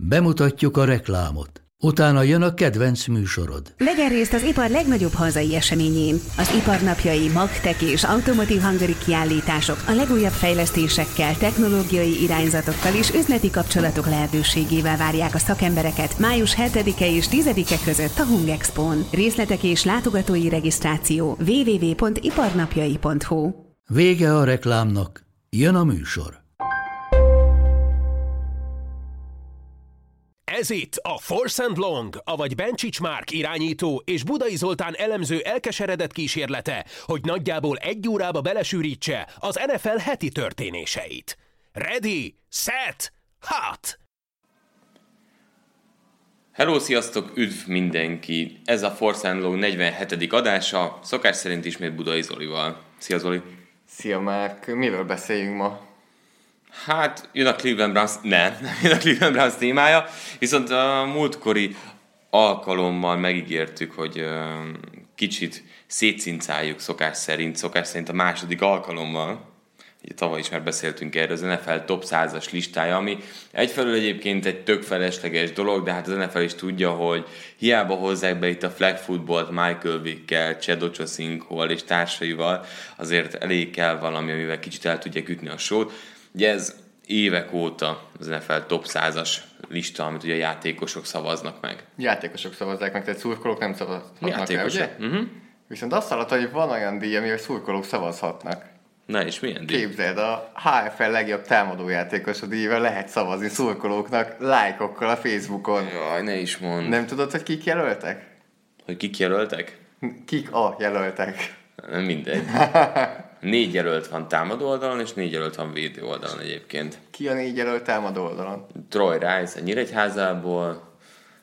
Bemutatjuk a reklámot. Utána jön a kedvenc műsorod. Vegyen részt az ipar legnagyobb hazai eseményén. Az iparnapjai, Magtech és Automotive Hungary kiállítások a legújabb fejlesztésekkel, technológiai irányzatokkal és üzleti kapcsolatok lehetőségével várják a szakembereket május 7-e és 10-e között a Hungexpón. Részletek és látogatói regisztráció www.iparnapjai.hu. Vége a reklámnak, jön a műsor. Ez itt a Force and Long, avagy Bencsics Márk irányító és Budai Zoltán elemző elkeseredett kísérlete, hogy nagyjából 1 órába belesűrítse az NFL heti történéseit. Ready, set, hot! Hello, sziasztok, üdv mindenki! Ez a Force and Long 47. adása, szokás szerint ismét Budai Zolival. Szia Zoli! Szia Márk! Miről beszéljünk ma? Hát, jön a Cleveland Browns, nem jön a Cleveland Browns témája, viszont a múltkori alkalommal megígértük, hogy kicsit szétszincáljuk szokás szerint a második alkalommal. Ugye tavaly is már beszéltünk erről, az NFL top 100-as listája, ami egyfelől egyébként egy tök felesleges dolog, de hát az NFL is tudja, hogy hiába hozzák be itt a flag footballt Michael Vickkel, Chad Ochocincoval és társaival, azért elég kell valami, amivel kicsit el tudják ütni a sót. Ugye ez évek óta az NFL top 100-as lista, amit ugye a játékosok szavaznak meg. Játékosok szavazzák meg, tehát szurkolók nem szavazhatnak rá, ugye? Uh-huh. Viszont azt hallottam, hogy van olyan díj, amire szurkolók szavazhatnak. Na és milyen díj? Képzeld, a HFL legjobb támadójátékos a díjra lehet szavazni szurkolóknak lájkokkal a Facebookon. Jaj, ne is mondd. Nem tudod, hogy kik jelöltek? Hogy kik jelöltek? Kik a jelöltek? Nem mindegy. 4 jelölt van támadó oldalon, és 4 jelölt van védő oldalon egyébként. Ki a 4 jelölt támadó oldalon? Troy Rice a Nyíregyházából,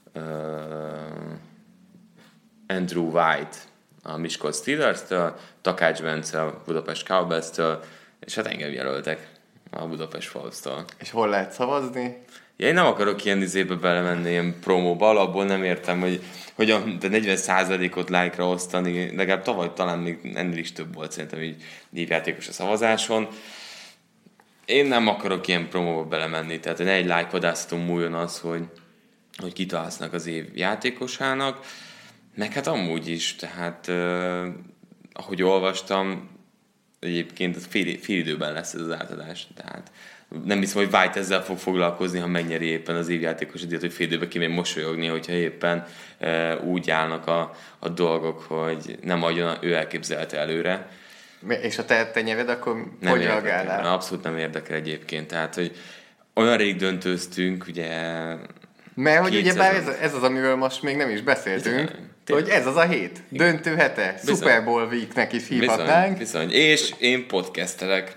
Andrew White a Miskolc Steelers-től, Takács Bence a Budapest Cowboys-től, és hát engem jelöltek a Budapest Falls-tól. És hol lehet szavazni? Ja, én nem akarok ilyen izébe belemenni, ilyen promóba, alapból nem értem, hogy hogyan de 40%-ot like-ra osztani, legalább tavaly talán még ennél is több volt szerintem így névjátékos a szavazáson. Én nem akarok ilyen promóba belemenni, tehát egy like-vadászaton múljon az, hogy kitalálsznak az év játékosának, meg hát amúgy is, tehát ahogy olvastam, egyébként fél időben lesz ez az átadás, tehát nem hiszem, hogy White ezzel fog foglalkozni, ha megnyeri éppen az évjátékos díjat, hogy fél időben kimegy mosolyogni, hogyha éppen úgy állnak a dolgok, hogy nem adjon ő elképzelte előre. És ha te nyered, akkor nem hogy reagálnál? Abszolút nem érdekel egyébként. Tehát, hogy olyan rég döntöztünk, ugye... Mert hogy ugyebár ez az, amiről most még nem is beszéltünk, hogy ez az a hét. Döntő hete. Super Bowl weeknek is hívhatnánk. Bizony. És én podcastelek.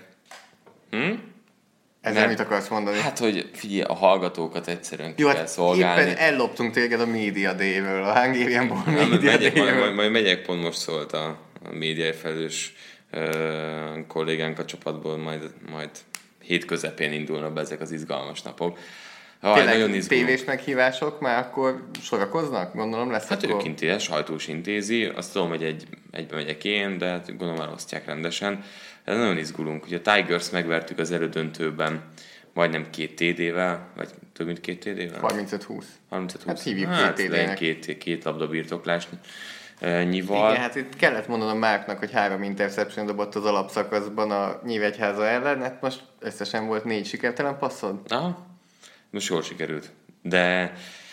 Ezzel mit akarsz mondani? Hát, hogy figyelj, a hallgatókat egyszerűen ki kell szolgálni. Éppen elloptunk téged a Media Day-ről, a Hungarian Bowl Media Day-ről. Majd megyek, pont most szólt a médiai felelős kollégánk a csapatból, majd hét közepén indulnak be ezek az izgalmas napok. Tényleg tévés meghívások már akkor sorakoznak? Gondolom lesz hát akkor? ők intézi, sajtós intézi. Azt tudom, hogy egybe megyek én, de hát gondolom már osztják rendesen. Ez nagyon izgulunk. Ugye a Tigers megvertük az elődöntőben majdnem 2 TD-vel, vagy több mint 2 TD-vel? 35-20. Hát hívjuk 2 TD-nek. Két labda birtoklás nyival. Igen, hát itt kellett mondanom Márknak, hogy 3 interception dobott az alapszakaszban a Nyíregyháza ellen, hát most összesen volt 4 sikertelen passzod. Aha. Most jól sikerült. De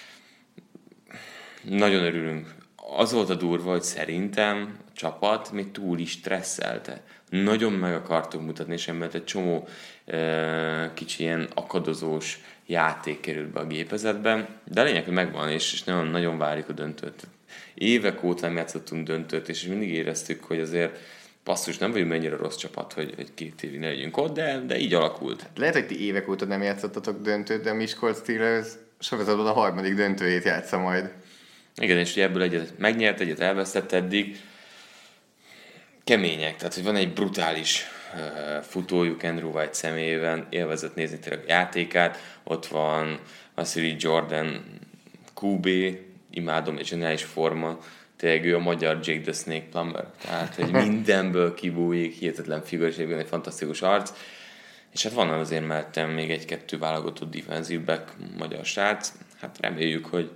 nagyon örülünk. Az volt a durva, hogy szerintem a csapat még túl is stresszelte. Nagyon meg akartunk mutatni, és emiatt egy csomó kicsi ilyen akadozós játék került be a gépezetben, de a lényeg, hogy megvan, és nagyon, nagyon várjuk a döntőt. Évek óta nem játszottunk döntőt, és mindig éreztük, hogy azért basszus, nem vagyunk mennyire rossz csapat, hogy 2 évig ne legyünk ott, de így alakult. Lehet, hogy ti évek óta nem játszottatok döntőt, de a Miskolc Steelers sorozatban a 3. döntőjét játsza majd. Igen, és ugye ebből egyet megnyert, egyet elvesztett eddig. Kemények, tehát hogy van egy brutális futójuk Andrew White személyében, élvezett nézni tényleg a játékát, ott van Vasily Jordan QB, imádom, egy zseniális forma, tényleg ő a magyar Jake the Snake Plumber, tehát hogy mindenből kibújik, hihetetlen figura, és egy fantasztikus arc. És hát van azért mellettem még egy-kettő válogatott defensive back magyar srác. Hát reméljük, hogy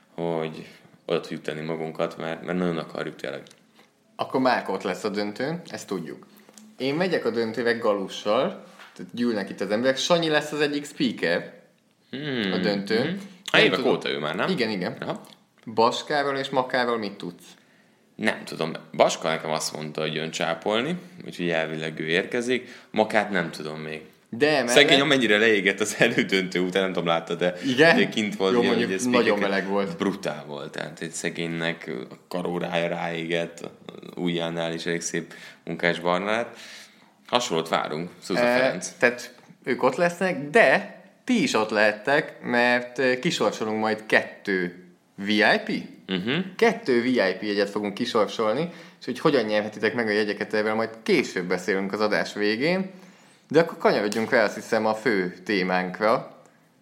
oda tudjuk tenni magunkat, mert nagyon akarjuk tényleg. Akkor Márk ott lesz a döntőn, ezt tudjuk. Én megyek a döntővel Galussal, tehát gyűlnek itt az emberek. Sanyi lesz az egyik speaker a döntőn. Évek óta ő már, nem? Igen. Aha. Baskával és Makával mit tudsz? Nem tudom. Baska nekem azt mondta, hogy jön csápolni, úgyhogy elvileg ő érkezik. Makát nem tudom még. De mellett... Szegény, amennyire leégett az elődöntő után, nem tudom, láttad, de igen? Kint volt. Jó, mondjuk nagyon meleg volt. Brutál volt, tehát egy szegénynek a karórája ráégett, ujjánál is elég szép munkás barna lett. Hasonlót várunk, Szuza Ferenc. Tehát ők ott lesznek, de ti is ott lehettek, mert kisorsolunk majd 2 VIP. 2 VIP jegyet fogunk kisorsolni, és hogy hogyan nyerhetitek meg a jegyeket, erről majd később beszélünk az adás végén. De akkor kanyarodjunk rá, azt hiszem, a fő témánkra.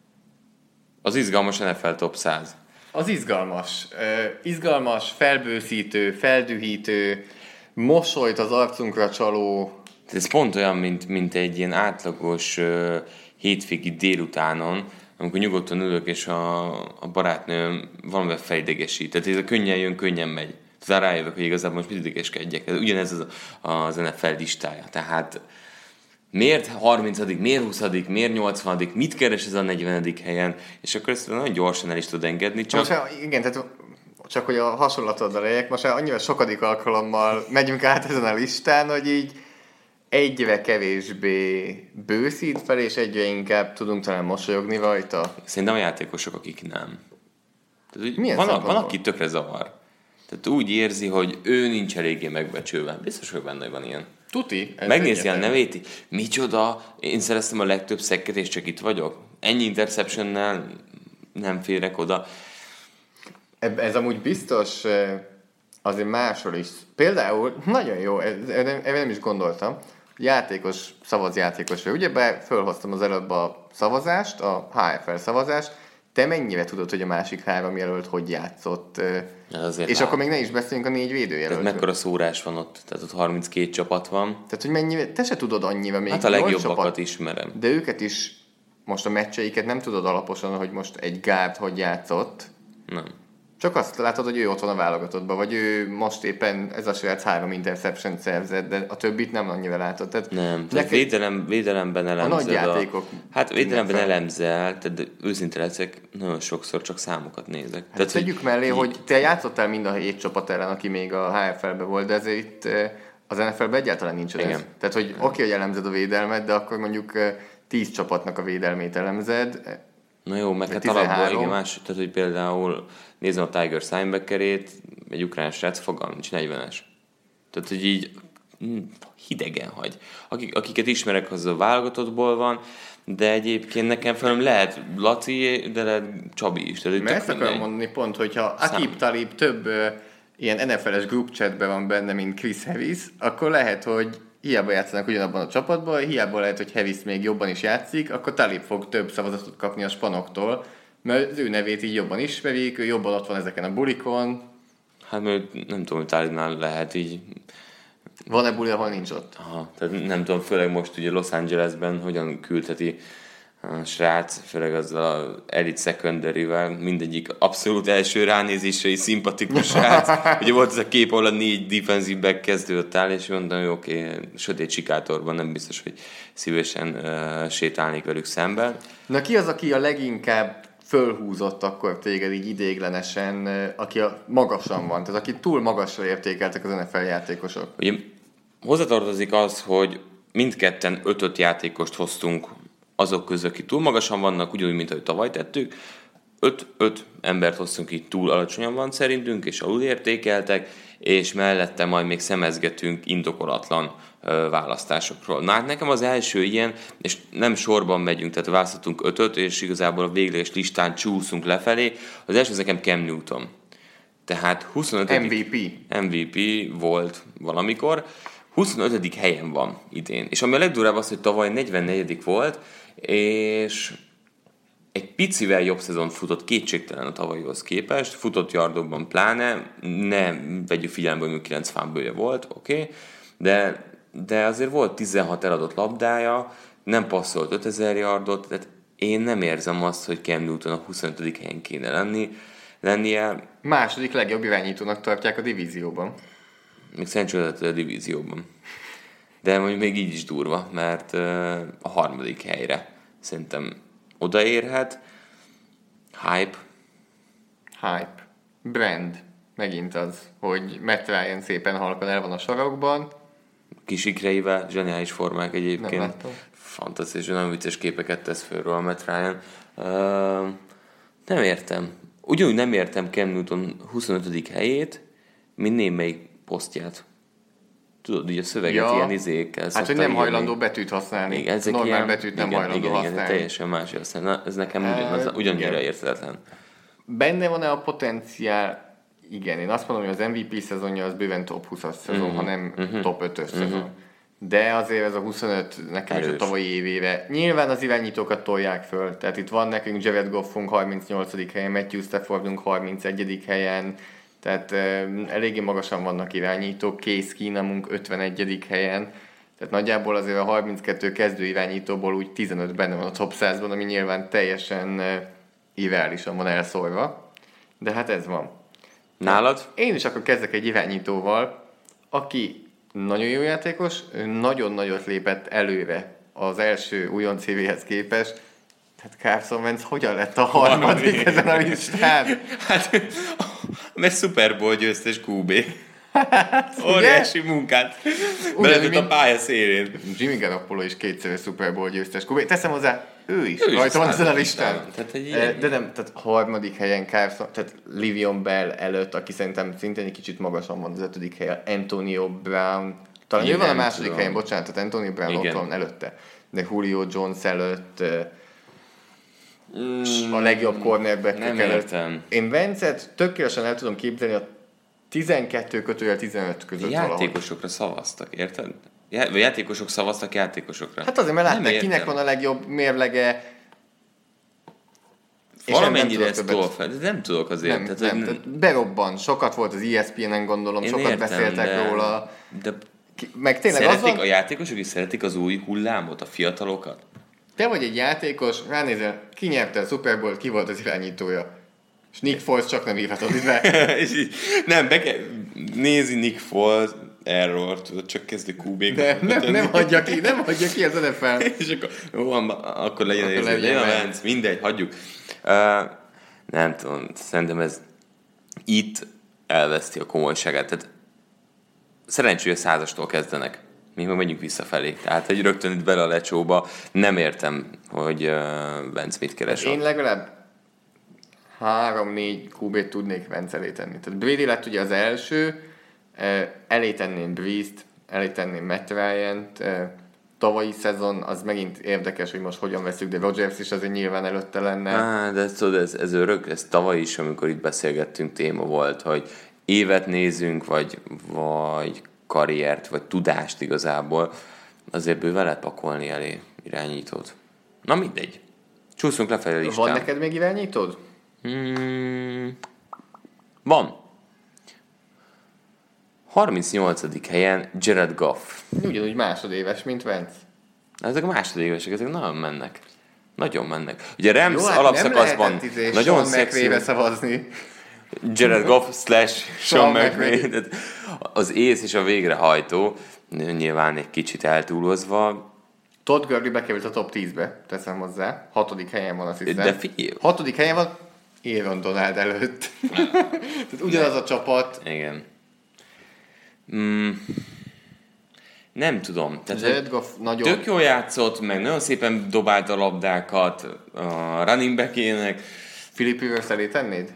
Az izgalmas NFL Top 100. Az izgalmas. Izgalmas, felbőszítő, feldühítő, mosolyt az arcunkra csaló. Ez pont olyan, mint egy ilyen átlagos hétvégi délutánon, amikor nyugodtan ülök, és a barátnőm valamivel felidegesít. Tehát ez a könnyen jön, könnyen megy. Tehát rájövök, hogy igazából most mit idegeskedjek. Ugyanez az NFL listája. Tehát miért 30., miért 20., miért 80., mit keres ez a 40. helyen, és akkor ezt nagyon gyorsan el is tud engedni. Csak... Most, igen, tehát csak hogy a hasonlatoddal legyek, most már annyira sokadik alkalommal megyünk át ezen a listán, hogy így egyre kevésbé bőszít fel, és egyre inkább tudunk talán mosolyogni rajta. Szerintem a játékosok, akik nem. Tehát, van, aki tökre zavar. Tehát úgy érzi, hogy ő nincs eléggé megbecsülve. Biztos, hogy benne van ilyen. Tuti. Megnézi a nevét, micsoda, én szereztem a legtöbb szekket, és csak itt vagyok. Ennyi interceptionnel nem férek oda. Ez amúgy biztos azért máshol is. Például, nagyon jó, erre nem is gondoltam, játékos, szavazjátékosra. Ugyebár fölhoztam az előbb a szavazást, a HFL szavazást. Te mennyire tudod, hogy a másik 3 jelölt hogy játszott? És akkor még ne is beszéljünk a 4 védőjelöltről. Tehát mekkora szórás van ott? Tehát ott 32 csapat van. Tehát, hogy mennyire, te se tudod annyira még. Hát a legjobbakat ismerem. De őket is, most a meccseiket nem tudod alaposan, hogy most egy gárd hogy játszott. Nem. Csak azt látod, hogy ő ott van a válogatottban, vagy ő most éppen ez a srác 3 interception szerzett, de a többit nem annyira látod. Tehát nem, tehát védelemben elemzed. A nagy játékok. Hát védelemben elemzel, tehát őszinte leszek, nagyon sokszor csak számokat nézek. Hát tehát, tegyük mellé, hogy te játszottál mind a 7 csapat ellen, aki még a HFL-be volt, de ezért itt az NFL-ben egyáltalán nincs ez. Tehát, hogy oké, hogy elemzed a védelmet, de akkor mondjuk 10 csapatnak a védelmét elemzed. Na jó, meg hát alapból igen más, tehát hogy például nézem a Tigers linebackerét, egy ukrán srác, fogalmam nincs, 40-es. Tehát, hogy így hidegen hagy. Akiket ismerek, az a válogatottból van, de egyébként nekem felem lehet Laci, de lehet Csabi is. Mert ezt akarom mondani pont, hogyha Akib Talib több ilyen NFL-es group chatben van benne, mint Chris Harris, akkor lehet, hogy hiába játszanak ugyanabban a csapatban, hiába lehet, hogy Harris még jobban is játszik, akkor Talib fog több szavazatot kapni a spanoktól, mert az ő nevét így jobban ismerik, ő jobban ott van ezeken a bulikon. Hát mert nem tudom, hogy Talibnál lehet így... Van-e buli, ahol nincs ott? Aha, tehát nem tudom, főleg most ugye Los Angelesben hogyan küldheti a srác, főleg az a Elite Secondary-vel, mindegyik abszolút első ránézésre is szimpatikus srác. Ugye volt ez a kép, ahol a 4 defensive back kezdő ott áll, és mondtam, hogy oké, sötét sikátorban nem biztos, hogy szívesen sétálnék velük szemben. Na ki az, aki a leginkább fölhúzott akkor téged így idéglenesen, aki magasan van, tehát aki túl magasra értékeltek az NFL játékosok? Ugye hozzátartozik az, hogy mindketten 5 játékost hoztunk azok közül, akik túl magasan vannak, ugyanúgy, mint ahogy tavaly tettük. 5 embert hoztunk, így túl alacsonyan van szerintünk, és alulértékeltek, és mellette majd még szemezgetünk indokolatlan választásokról. Na hát nekem az első ilyen, és nem sorban megyünk, tehát választottunk 5-öt, és igazából a végleges listán csúszunk lefelé. Az első az nekem Cam Newton. Tehát 25. MVP volt valamikor, 25. helyen van idén. És ami a legdurább az, hogy tavaly 44. volt, és egy picivel jobb szezont futott, kétségtelen a tavalyhoz képest, futott yardokban pláne, ne vegyük figyelembe, hogy 9 fumble-je volt, oké, de azért volt 16 eladott labdája, nem passzolt 5000 yardot, tehát én nem érzem azt, hogy Cam Newton a 25. helyen kéne lennie. Második legjobb irányítónak tartják a divízióban. Még szerencsére a divízióban. De mondjuk még így is durva, mert a 3. helyre szerintem odaérhet. Hype. Brand. Megint az, hogy Matt Ryan szépen halkan el van a sarokban. Kis ikreivel, zseniális formák egyébként. Nem láttam. Fantasztikus, nagyon vicces képeket tesz fölről a Matt Ryan. Nem értem. Ugyanúgy nem értem Cam Newton 25. helyét, mint némelyik posztját. Tudod, ugye a szöveget ilyen izékkel hát, hogy nem hajlandó betűt használni. Igen, ezek normál ilyen, betűt nem hajlandó használni. Igen, teljesen más használni. Na, ez nekem ugyannyira érthetetlen. Benne van-e a potenciál? Igen, én azt mondom, hogy az MVP szezonja az bőven top 20-as szezon, hanem top 5-ös szezon. De azért ez a 25 nekem is a tavalyi évéve. Nyilván az irányítókat tolják föl. Tehát itt van nekünk Jared Goffunk 38. helyen, Matthew Staffordunk 31. helyen, tehát eléggé magasan vannak irányítók, Case Keenumunk 51. helyen, tehát nagyjából azért a 32 kezdő irányítóból úgy 15 benne van a top 100-ban, ami nyilván teljesen irreálisan van elszólva, de hát ez van. Nálad? Én is akkor kezdek egy irányítóval, aki nagyon jó játékos, nagyon nagyot lépett előre az első újonc évéhez képest. Hát Carson Wentz hogyan lett a harmadik ezen a listán? Hát, mert Super Bowl győztes QB. Óriási munkát. Beletett a pálya szélén. Jimmy Garoppolo is kétszeres Super Bowl győztes QB. Teszem hozzá, ő is rajta van ezen a listán. De nem, tehát harmadik helyen Carson, tehát Le'Veon Bell előtt, aki szerintem szintén egy kicsit magasan van az 5. helyen, Antonio Brown, talán ő van a második helyen, bocsánat, tehát Antonio Brown ott van előtte, de Julio Jones előtt, a legjobb cornerback előtt. Értem. Én Wentzet tökéletesen el tudom képzelni a 12-15 között játékosokra szavaztak, érted? Vagy játékosok szavaztak játékosokra. Hát azért, mert látták, kinek van a legjobb mérlege. Valamennyire ezt fel, de nem tudok azért. Nem. Berobban. Sokat volt az ESPN-en, gondolom, sokat beszéltek róla. De meg tényleg szeretik a játékosok is szeretik az új hullámot, a fiatalokat? Te vagy egy játékos, ránézel, ki nyerte a Super Bowl-t, ki volt az irányítója? És Nick Foles csak nem írhatod ide. És így, nem, nézi Nick Foles, error, tudod, csak kezdő QB-kat. Nem hagyja ki az NFL. És akkor legyen a Vance, mindegy, hagyjuk. Nem tudom, szerintem ez itt elveszti a komolyságát. Tehát szerencsé, hogy a 100-astól kezdenek. Mi meg megyünk visszafelé. Tehát, hogy rögtön itt bele a lecsóba, nem hogy Vance mit keres. Én legalább 3-4 QB-t tudnék Vance elé tenni. Tehát Brady lett ugye az első, elé tenném Breeze-t, elé tenném Matt Ryan-t, tavalyi szezon, az megint érdekes, hogy most hogyan veszük, de Rodgers is azért nyilván előtte lenne. De tudod, ez örök, ez tavaly is, amikor itt beszélgettünk, téma volt, hogy évet nézünk, vagy karriert, vagy tudást igazából, azért bőven lehet pakolni elé irányítót. Na mindegy. Csúszunk lefelé a listán. Van neked még irányítód? Van. 38. helyen Jared Goff. Ugyanúgy másodéves, mint Vance. Ezek a másodévesek, ezek nagyon mennek. Nagyon mennek. Ugye Rams alapszakaszban nagyon szexi. Szavazni. Jared Goff / Sean McVay. Az ész és a végrehajtó, nyilván egy kicsit eltúlozva. Todd Gurley bekerült a top 10-be, teszem hozzá. 6. helyen van, azt hiszem. De figyelj. 6. helyen van Aaron Donald előtt. Tehát ugyanaz a csapat. Igen. Nem tudom. Jared Goff nagyon... Tök jól játszott, meg nagyon szépen dobálta a labdákat a running back-ének. Philip Rivers elé tennéd?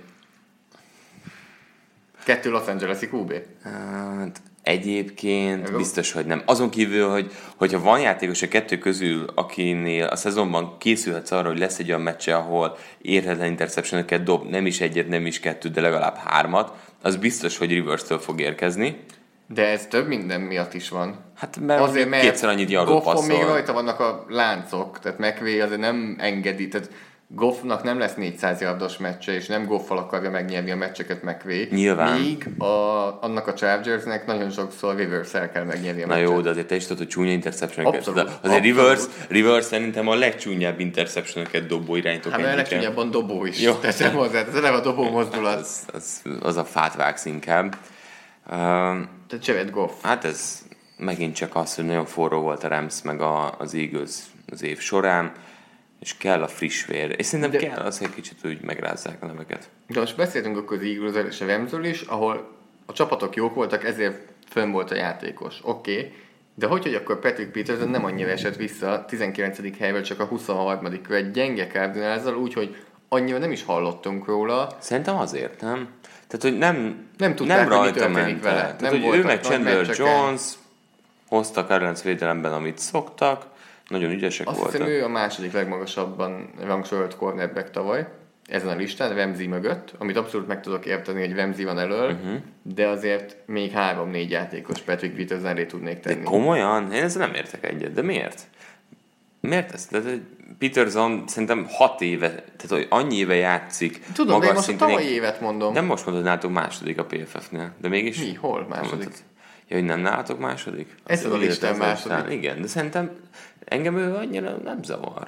2 Los Angeles-i QB? Hát, egyébként biztos, hogy nem. Azon kívül, hogyha van játékos a 2 közül, akinél a szezonban készülhetsz arra, hogy lesz egy olyan meccse, ahol érhetetlen interception-öket dob, nem is 1, nem is 2, de legalább 3, az biztos, hogy Rivers-től fog érkezni. De ez több minden miatt is van. Hát azért, mert 2-szer annyit yardot passzol. Goffon még rajta vannak a láncok, tehát McVay azért nem engedi, tehát Goffnak nem lesz 400 yardos meccse, és nem Goffal akarja megnyerni a meccseket McVay. Nyilván. Míg annak a Chargersnek nagyon sokszor Rivers-el kell megnyerni a meccset. Na jó, de azért te is tudod, hogy csúnya interception-öket. Abszolút. Azért Rivers szerintem a legcsúnyább interception-öket dobó irányítók egyike. Hát a legcsúnyábban dobó is. Teszem hozzá, ez eleve a dobó mozdulat. Az a fát vágsz inkább. Tehát Jared Goff. Hát ez megint csak az, hogy nagyon forró volt a Rams meg az Eagles az év során, és kell a friss vér. És szerintem kell az, hogy kicsit úgy megrázzák a neveket. De most beszéltünk akkor az Eagles-el és a Ramsről is, ahol a csapatok jók voltak, ezért fönn volt a játékos. Oké. De hogy akkor Patrick Peterson nem annyira esett vissza a 19. helyről, csak a 23. egy gyenge Cardinalsal, úgyhogy annyira nem is hallottunk róla. Szerintem azért, nem? Tehát, hogy nem tudták, hogy mi történik vele. Tehát, hogy ő meg Chandler Jones hoztak Cardinals védelemben, amit szoktak, nagyon ügyesek voltak. Azt hiszem, ő a második legmagasabban rangsorolt cornerback tavaly, ezen a listán, Ramsey mögött, amit abszolút meg tudok érteni, hogy Ramsey van elől, de azért még 3-4 játékos Patrick Peterson elé tudnék tenni. De komolyan? Én ezzel nem értek egyet, de miért? Miért ez? De Peterson szerintem 6 éve, tehát hogy annyi éve játszik. Tudom, de én most a tavalyi évet mondom. Nem most mondod, nálatok második a PFF-nél, de mégis... Mi? Hol második? Ja, hogy nem nálatok második? Ez a listán második. Igen, de szerintem engem ő annyira nem zavar.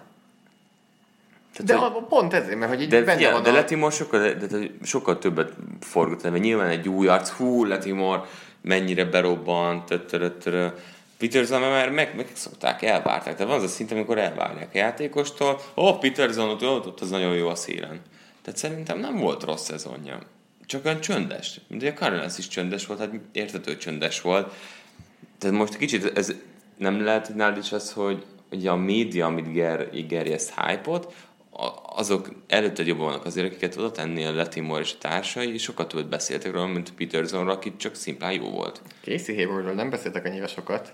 Tehát, de pont ezért, mert hogy így benne van de Latimore sokkal többet forgott, mert nyilván egy új arc, Latimore mennyire berobbant, Peterson már meg szokták, elvárták. Tehát van az a szint, amikor elvárják a játékostól, Peterson ott az nagyon jó a szélen. Tehát szerintem nem volt rossz szezonja. Csak olyan csöndes. Mint hogy a Cardinals is csöndes volt, hát értető csöndes volt. Tehát most kicsit ez nem lehet, hogy nálad is az, hogy a média, amit gerjeszt hype-ot, azok előtted jobban vannak azért, akiket oda tenni a Latimore és a társai, és sokkal többet beszéltek róla, mint Petersonra, aki csak szimplán jó volt. Casey Haywardról nem beszéltek annyira sokat.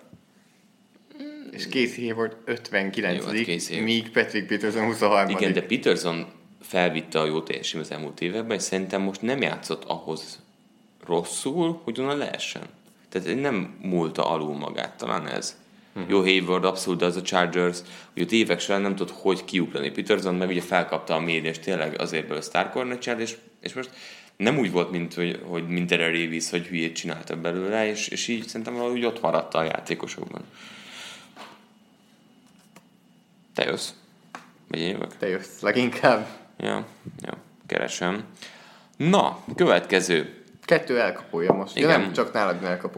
És Casey Hayward 59. míg Patrick Peterson 23. Igen, de Peterson felvitte a jó teljesítmény az elmúlt években, és szerintem most nem játszott ahhoz rosszul, hogy onnan lehessen. Tehát nem múlta alul magát, talán ez. Jó, Hayward abszolút, de az a Chargers, hogy ott évek során nem tudott, hogy kiugrani. Peterson meg ugye felkapta a média, és tényleg azért belőle Star Corner csinált, és most nem úgy volt, mint mint Darrell Davis, hogy hülyét csináltak belőle, és így szerintem valahogy ott maradta a játékosokban. Te jössz? Vagy én jövök? Te jössz, leginkább. Ja, keresem. Na, következő. 2 elkapója most. Igen. Ja, nem csak nálad elkapó.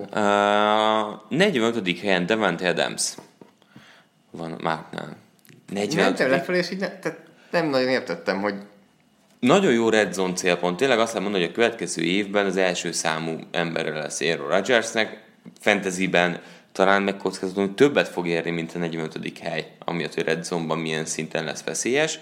45. helyen Davante Adams van Márknál. 45. Mentem lefelé, és így nem nagyon értettem, hogy... Nagyon jó red zone célpont. Tényleg azt lehet mondani, hogy a következő évben az első számú emberre lesz Aaron Rodgersnek. Fantasyben talán megkockáztatom, hogy többet fog érni, mint a 45. hely, amiatt, hogy red zone-ban milyen szinten lesz veszélyes.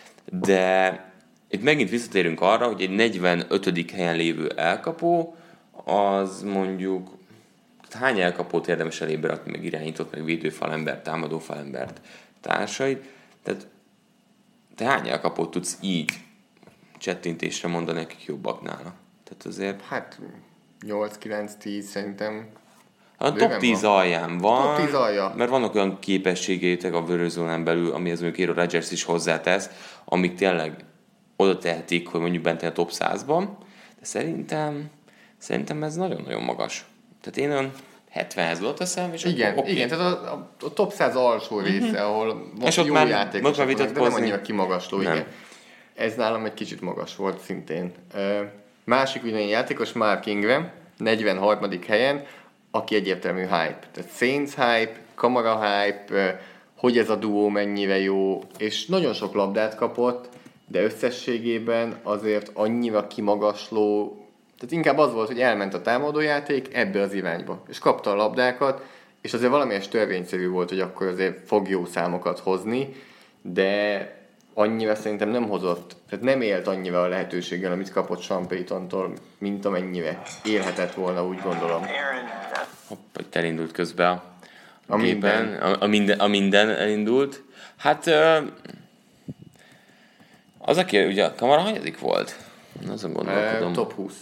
De itt megint visszatérünk arra, hogy egy 45. helyen lévő elkapó, az mondjuk hány elkapót érdemes elébe rakni, meg irányított, meg védőfalembert, támadófalembert, társait. Tehát te hány elkapót tudsz így csettintésre mondani, akik jobbak nála? Tehát azért... Hát 8-9-10 szerintem. A top 10 alján van, top 10 alja. Mert vannak olyan képességeitek a vörőzónán belül, amihez mondjuk Aaron Rodgers is hozzátesz, amik tényleg oda tehetik, hogy mondjuk bent a top 100-ban, de szerintem ez nagyon-nagyon magas. Tehát én olyan 70-hez oda teszem, és igen, akkor, igen, tehát a top 100 alsó része, ahol és jó játékosok vannak, de nem annyira kimagasló, nem. Igen. Ez nálam egy kicsit magas volt szintén. Másik ugyanilyen játékos, Mark Ingram, 43. helyen, aki egyértelmű hype. Tehát Saints hype, Kamara hype, hogy ez a duó mennyire jó, és nagyon sok labdát kapott, de összességében azért annyira kimagasló, tehát inkább az volt, hogy elment a támadójáték ebbe az irányba, és kapta a labdákat, és azért valamilyen törvényszerű volt, hogy akkor azért fog jó számokat hozni, de annyira szerintem nem hozott, tehát nem élt annyira a lehetőséggel, amit kapott Sean Paytontól, mint amennyire élhetett volna, úgy gondolom. Hopp, hogy elindult közben a gépen. A minden elindult. Hát az, aki ugye a Kamara hanyadik volt? Azon gondolkodom. Top 20.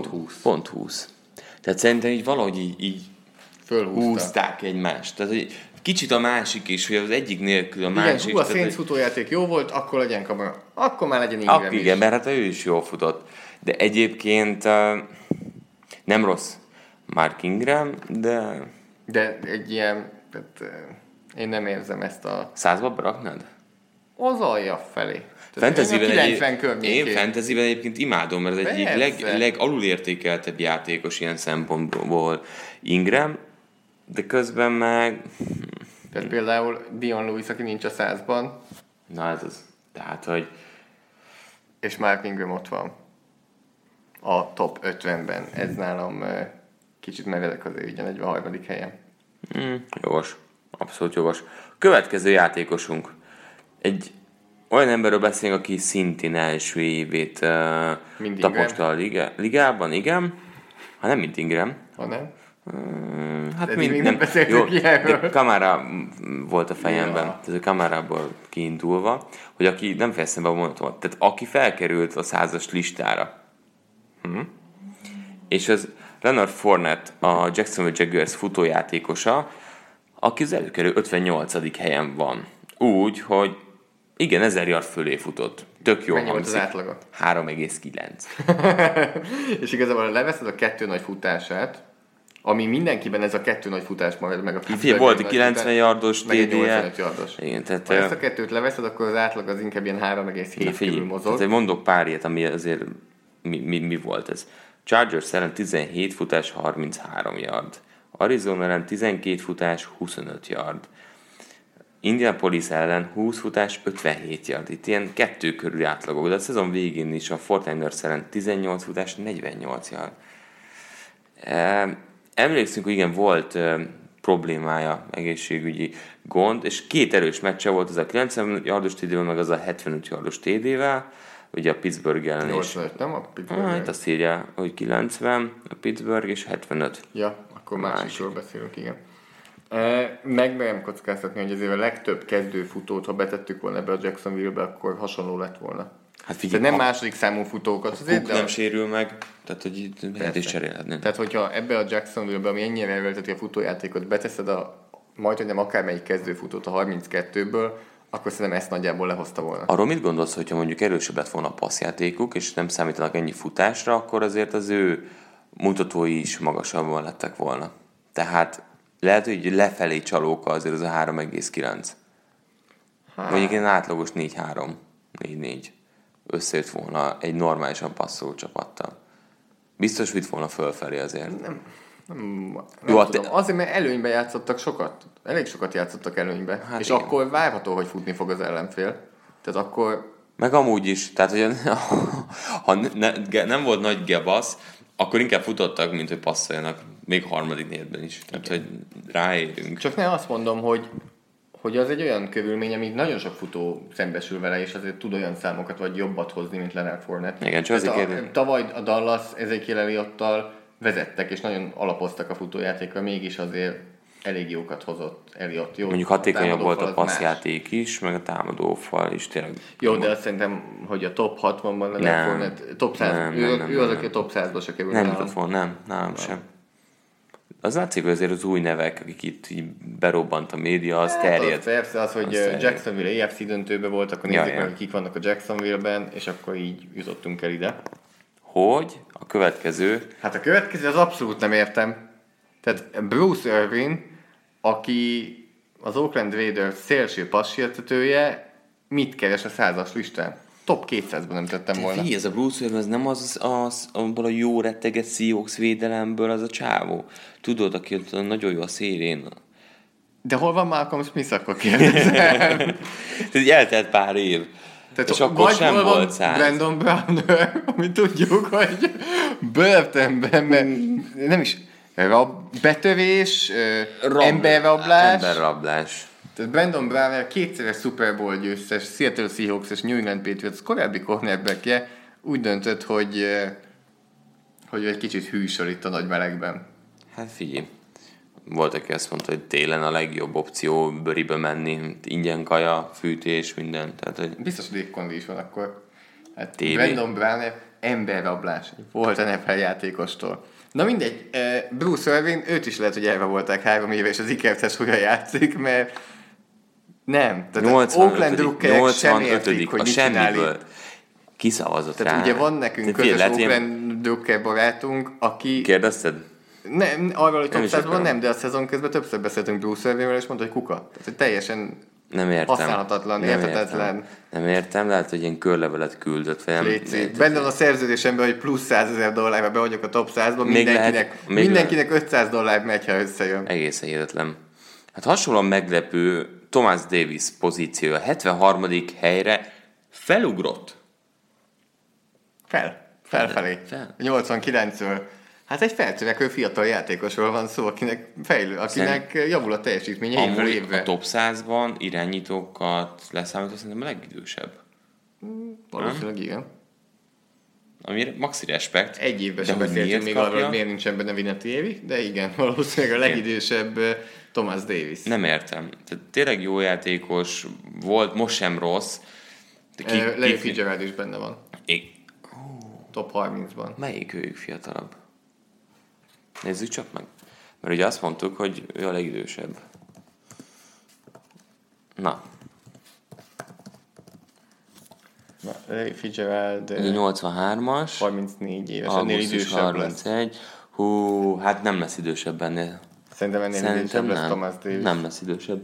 Pont 20. Tehát szerintem így valahogy így fölhúzták egymást. Tehát, hogy kicsit a másik is, hogy az egyik nélkül a másik. Igen, a Saints futójáték jó volt, akkor legyen Kamara. Akkor már legyen Ingram is. Igen, mert hát ő is jól futott. De egyébként nem rossz Mark Ingram, de... De egy ilyen... Tehát, én nem érzem ezt a... 100-ba raknád? Az alja felé. Én fantasyben egyébként imádom, mert ez egyik legalulértékeltebb játékos ilyen szempontból Ingram, de közben meg... Tehát például Dion Lewis, aki nincs a 100-ban. Na ez az. Tehát, hogy... És Mark Ingram ott van. A top 50-ben. Ez nálam kicsit meredek azért, ugye 43. helyen. Jogos. Abszolút jogos. Következő játékosunk. Egy olyan emberről beszélünk, aki szintén első évét taposta a ligában, igen. Ha nem mint Ingram. Ha nem? Hát még nem beszéltünk ilyenről. De Kamara volt a fejemben, ja. Tehát a Kamarából kiindulva, hogy aki nem fejeztem be a mondatot, tehát aki felkerült a 100-as listára, és az Leonard Fournette, a Jacksonville Jaguars futójátékosa, aki az előkerül 58. helyen van. Úgy, hogy igen, 1000 yard fölé futott. Tök jól hangzik. Mennyi volt az átlaga? 3,9. És igazából leveszed a 2 nagy futását, ami mindenkiben ez a 2 nagy futás marad meg a Pittsburgh. Volt 90 yardos TD-je. 85 yardos. Igen, tehát, ha ezt a 2-t leveszed, akkor az átlag az inkább ilyen 3,7 körül mozog. Tehát mondok pár ilyet, ami azért mi volt ez. Chargers ellen 17 futás, 33 yard. Arizona ellen 12 futás, 25 yard. Indianapolis ellen 20 futás, 57 yard. Itt ilyen 2 körül átlagok, de a szezon végén is a 49ers ellen 18 futás, 48 yard. Emlékszünk, hogy igen, volt problémája, egészségügyi gond, és 2 erős meccse volt, az a 90 yardos TD-vel, meg az a 75 yardos TD-vel, ugye a Pittsburgh ellen is. 85, nem a Pittsburgh? Hát azt írja, hogy 90, a Pittsburgh és 75. Ja, akkor másikról beszélünk, igen. Megmerem kockáztatni, hogy azért a legtöbb kezdőfutót, ha betettük volna ebbe a Jacksonville-be, akkor hasonló lett volna. Hát figyelj, tehát nem második számú futókat. Azért nem sérül meg, tehát hogy itt lehet is cserélhetni. Tehát hogyha ebbe a Jacksonville-be, ami ennyire erőlteti a futójátékot, beteszed majdhogy nem akármelyik kezdőfutót a 32-ből, akkor szerintem ezt nagyjából lehozta volna. Arról mit gondolsz, hogyha mondjuk erősebb lett volna a passzjátékuk, és nem számítanak ennyi futásra, akkor azért az ő mutatói is magasabban lettek volna. Tehát lehet, hogy lefelé csalóka azért az a 3,9. Mondjuk egy átlagos 4-3, 4-4. Összejött volna egy normálisan passzoló csapattal. Biztos vitt volna fölfelé azért. Nem tudom. Azért, mert előnybe játszottak sokat. Elég sokat játszottak előnybe. Hát és igen. Akkor várható, hogy futni fog az ellenfél. Tehát akkor... Meg amúgy is. Tehát, hogy ha nem volt nagy gebasz, akkor inkább futottak, mint hogy passzoljanak. Még harmadik négyedben is. Tehát, hogy ráérünk. Csak ne azt mondom, hogy az egy olyan körülmény, amit nagyon sok futó szembesül vele, és azért tud olyan számokat vagy jobbat hozni, mint Leonard Fournette. Igen, csak azért tavaly a Dallas Ezekiel Elliottal vezettek, és nagyon alapoztak a futójátékra, mégis azért elég jókat hozott Elliott. Jó, mondjuk hatékonyabb volt a passzjáték is, meg a támadófal is tényleg. Jó, de azt szerintem, hogy a top 60-ban Leonard Fournette, top 100, ő az, aki a top 100-ba se kerül. Nem jutott volna, nálam sem. Az látszik, hogy azért az új nevek, akik itt berobbant a média, az terjed. Az persze, az, hogy Jacksonville AFC döntőben volt, akkor nézzük meg, hogy kik vannak a Jacksonville-ben, és akkor így jutottunk el ide. Hogy? A következő? Hát a következő az abszolút nem értem. Tehát Bruce Irvin, aki az Oakland Raiders szélső passértetője, mit keres a 100-as listán? Top 200-ban nem tettem volna. Figyelj, ez a Bruce Irvin, ez nem az abból a jó retteget Seahawks védelemből az a csávó. Tudod, aki ott nagyon jó a szélén. De hol van Malcolm Smith, akkor kérdezem? Tehát eltelt pár év. Tehát és akkor sem volt 100. Brandon Browner, ami tudjuk, hogy börtönben, mert nem is betörés, emberrablás. Tehát Brandon Browner 2-szeres Super Bowl győztes, Seattle Seahawks és New England Patriots korábbi cornerbackje úgy döntött, hogy egy kicsit hűsor itt a nagy melegben. Hát figyelj, volt, aki azt mondta, hogy télen a legjobb opció bőribe menni, ingyen kaja, fűtés, minden. Tehát, hogy biztos, hogy légkondi is van akkor. Hát Brandon Browner, emberrablás volt a NFL játékostól. Na mindegy, Bruce Irvin, őt is lehet, hogy elrabolták 3 éve, és az ikertes újra játszik, mert nem. Tehát Oakland drukkerek sem értik, hogy mit csinál. Kiszavazott rá. Tehát ugye van nekünk közös Oakland drukker barátunk, aki... Kérdezted? Nem, arról, hogy top 100-ban nem, de a szezon közben többször beszéltünk Bruce Irvinről, és mondta, hogy kuka. Tehát, hogy teljesen nem értem. használhatatlan, érthetetlen. Nem értem, lehet, hogy ilyen körlevelet küldött. Benne van a szerződésemben, hogy plusz $100,000 be vagyok a top 100-ban, mindenkinek $500 megy, ha összejön. Egészen hihetetlen. Hát hasonlóan meglepő Thomas Davis pozíciója 73. helyre felugrott. Felfelé. 89-ről. Hát egy feltörekvő fiatal játékosról van szó, akinek javul a teljesítménye évről évre. A top 100-ban irányítókat leszámítva szerintem a legidősebb. Valószínűleg igen. Amire maxi respekt. Egy évben sem beszéltünk még arról, hogy miért nincsen benne Vinati Évi, de igen, valószínűleg a legidősebb Thomas Davis. Nem értem. Tehát tényleg jó játékos volt, most sem rossz. Larry Fitzgerald is benne van. Top 30-ban. Melyik őjük fiatalabb? Nézzük csak meg. Mert ugye azt mondtuk, hogy ő a legidősebb. Na. Larry Fitzgerald 83-as. 34 éves, ennél idősebb 31. Lesz. Hú, hát nem lesz idősebb ennél. Szerintem ennél idősebb lesz Thomas Davis. Nem lesz idősebb.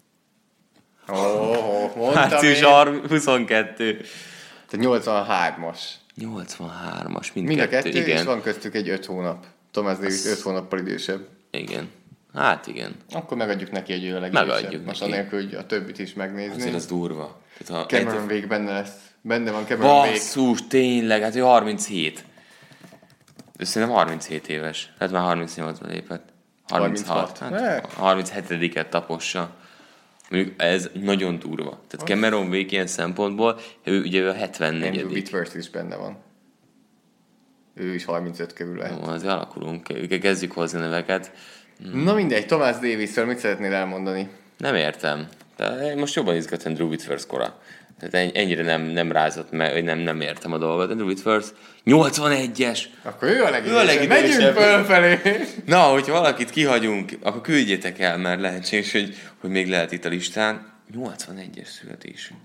Mondtam Március 22. Tehát 83-as. 83-as, mind a kettő, igen. És van köztük egy 5 hónap. Thomas Davis 5 hónappal idősebb. Igen. Hát igen. Akkor megadjuk neki, hogy ő a legidősebb. Megadjuk most neki. Anélkül, hogy a többit is megnézni. Azért az durva. Cameron Wake benne lesz. Benne van Cameron Wake. Basszus, tényleg, hát ő 37. Ő szerintem 37 éves. Tehát már 38-ban lépett. 36. Hát 37-et tapossa. Mondjuk ez nagyon durva. Tehát Cameron Wake ilyen szempontból, ő a 74. Andrew Whitworth is benne van. Ő is 35 körül lehet. Jó, azért alakulunk. Kezdjük hozni neveket. Na mindegy, Thomas Davisről mit szeretnél elmondani? Nem értem. De most jobban izgat Andrew Whitworth kora. Tehát ennyire nem rázott meg, hogy nem értem a dolgot. Andrew Whitworth 81-es. Akkor ő a legidősebb. Megyünk fölfelé. Na, hogyha valakit kihagyunk, akkor küldjétek el, mert lehetséges, hogy még lehet itt a listán. 81-es születésű.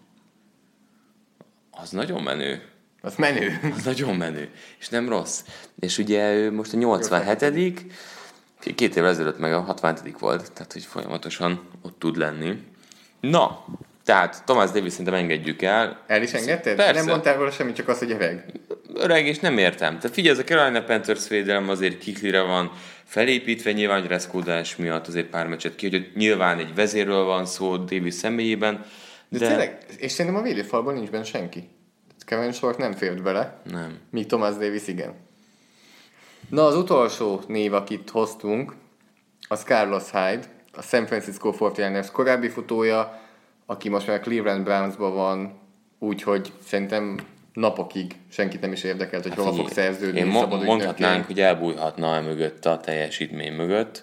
Az nagyon menő. Az menő. Az nagyon menő. És nem rossz. És ugye ő most a 87. 2 évvel ezelőtt meg a 60. volt. Tehát, hogy folyamatosan ott tud lenni. Na, tehát Thomas Davis szerintem engedjük el. El is engedted? Persze. Nem mondtál róla semmit, csak az, hogy öreg. Öreg, és nem értem. Tehát figyelj, ez a Carolina Panthers védelem azért Kiklire van felépítve, nyilván reszkódás miatt azért pár meccset kihagyott. Nyilván egy vezérről van szó Davis személyében. De tényleg, és szerintem a védőfalban nincs benne senki. Kevin Short nem fért bele. Nem. Míg Thomas Davis igen. Na, az utolsó név, akit hoztunk, az Carlos Hyde, a San Francisco 49ers korábbi futója, aki most már a Cleveland Brownsban van, úgyhogy szerintem napokig senkit nem is érdekelt, hogy hova fog szerződni. Mondhatnánk, hogy elbújhatna mögött a teljesítmény mögött.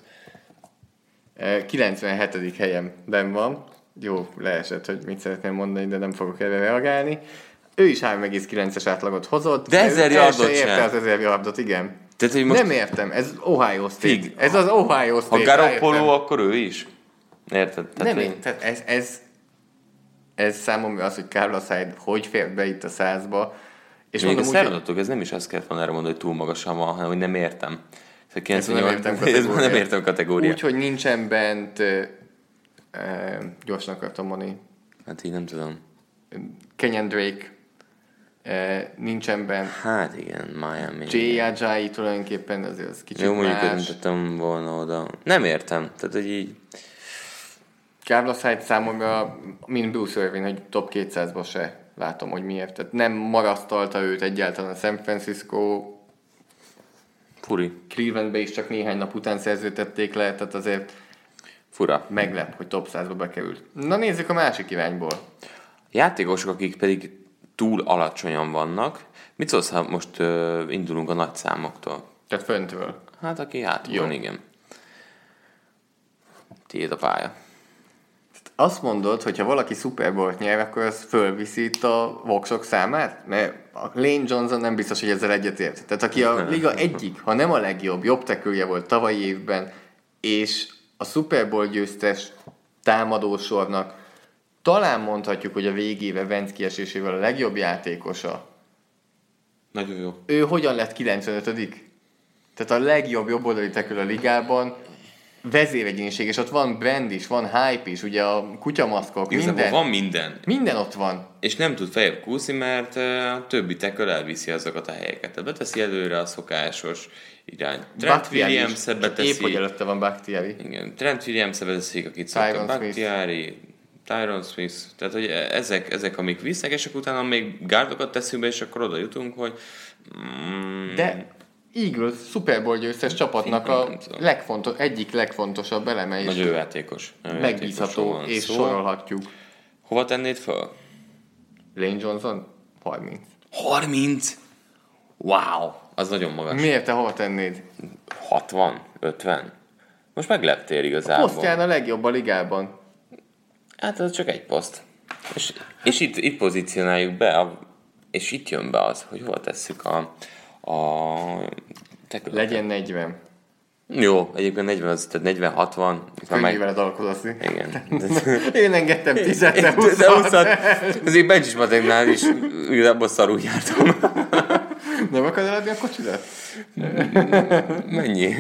97. helyen benn van. Jó, leesett, hogy mit szeretném mondani, de nem fogok erre reagálni. Ő is 3,9-es átlagot hozott. De 1000 yardot sem. Érte az 1000 yardot, igen. Tehát, hogy most nem értem, ez Ohio State. Ez az Ohio State. Ha Garoppolo, akkor ő is. Érted? Tehát nem, tehát ez számomra az, hogy Carlos Hyde hogy fért be itt a 100-ba. És még mondom, a szeradatok, ez nem is azt kellett volna erre mondani, hogy túl magasan van, hanem hogy nem értem. Ez nem értem kategóriát. Úgy, hogy nincsen bent, gyorsan akartam mondani. Hát így nem tudom. Kenyan Drake, nincsen bent. Hát igen, Miami. Jay Ajayi tulajdonképpen azért az kicsit jó, mondjuk más. nem tettem volna oda. Nem értem. Tehát, hogy így... Carlos Hyde számomra, mint Bruce Irvin, hogy top 200-ba se látom, hogy miért. Tehát nem marasztalta őt egyáltalán a San Francisco. Furi. Clevelandbe is csak néhány nap után szerződtették le, tehát azért fura. Meglep, hogy top 100-ba bekerült. Na nézzük a másik irányból. Játékosok, akik pedig túl alacsonyan vannak. Mit szólsz, ha most indulunk a nagy számoktól? Tehát föntről. Hát aki hátul van, igen. Tiéd a pálya. azt mondod, hogy ha valaki Super Bowl-t nyer, akkor az fölviszi itt a voksok számát? Mert a Lane Johnson nem biztos, hogy ezzel egyetért. Tehát aki a liga egyik, ha nem a legjobb, jobb tekülje volt tavalyi évben, és a Super Bowl győztes támadósornak talán mondhatjuk, hogy a végéve Wentz kiesésével a legjobb játékosa. Nagyon jó. Ő hogyan lett 95-dik? Tehát a legjobb jobboldali tekül a ligában, vezéregyéniség, és ott van brand is, van hype is, ugye a kutyamaszkok, minden. Van minden. Minden ott van. És nem tud feljebb kúszni, mert a többi tackle elviszi azokat a helyeket. Tehát beteszi előre a szokásos irány. Trent Williams-e beteszi. Épp, hogy előtte van Bakhtiari. Igen, Trent Williams-e beteszik, akit szoktak. Bakhtiari, Tyron Smith. Tehát, hogy ezek amik visznek, és akkor utána még gárdokat teszünk be, és akkor oda jutunk, hogy... De Eagles Super Bowl győztes csapatnak egyik legfontosabb eleme. Nagyon játékos. Megbízható, és sorolhatjuk. Hova tennéd fel? Lane Johnson? 30. 30? Wow! Az nagyon magas. Miért te hova tennéd? 60? 50? Most megleptél igazából. A posztján a legjobb a ligában. Hát ez csak egy poszt. És itt pozícionáljuk be, és itt jön be az, hogy hova tesszük a legyen 40. Jó, egyébként 40 az, tehát 40-60. Könnyű veled alkodatni. Igen. Én engedtem 10-et, de 20-at. Azért Bencs is mateknál is igazából szarul jártam. Nem akarod eladni a kocsidat? Mennyi?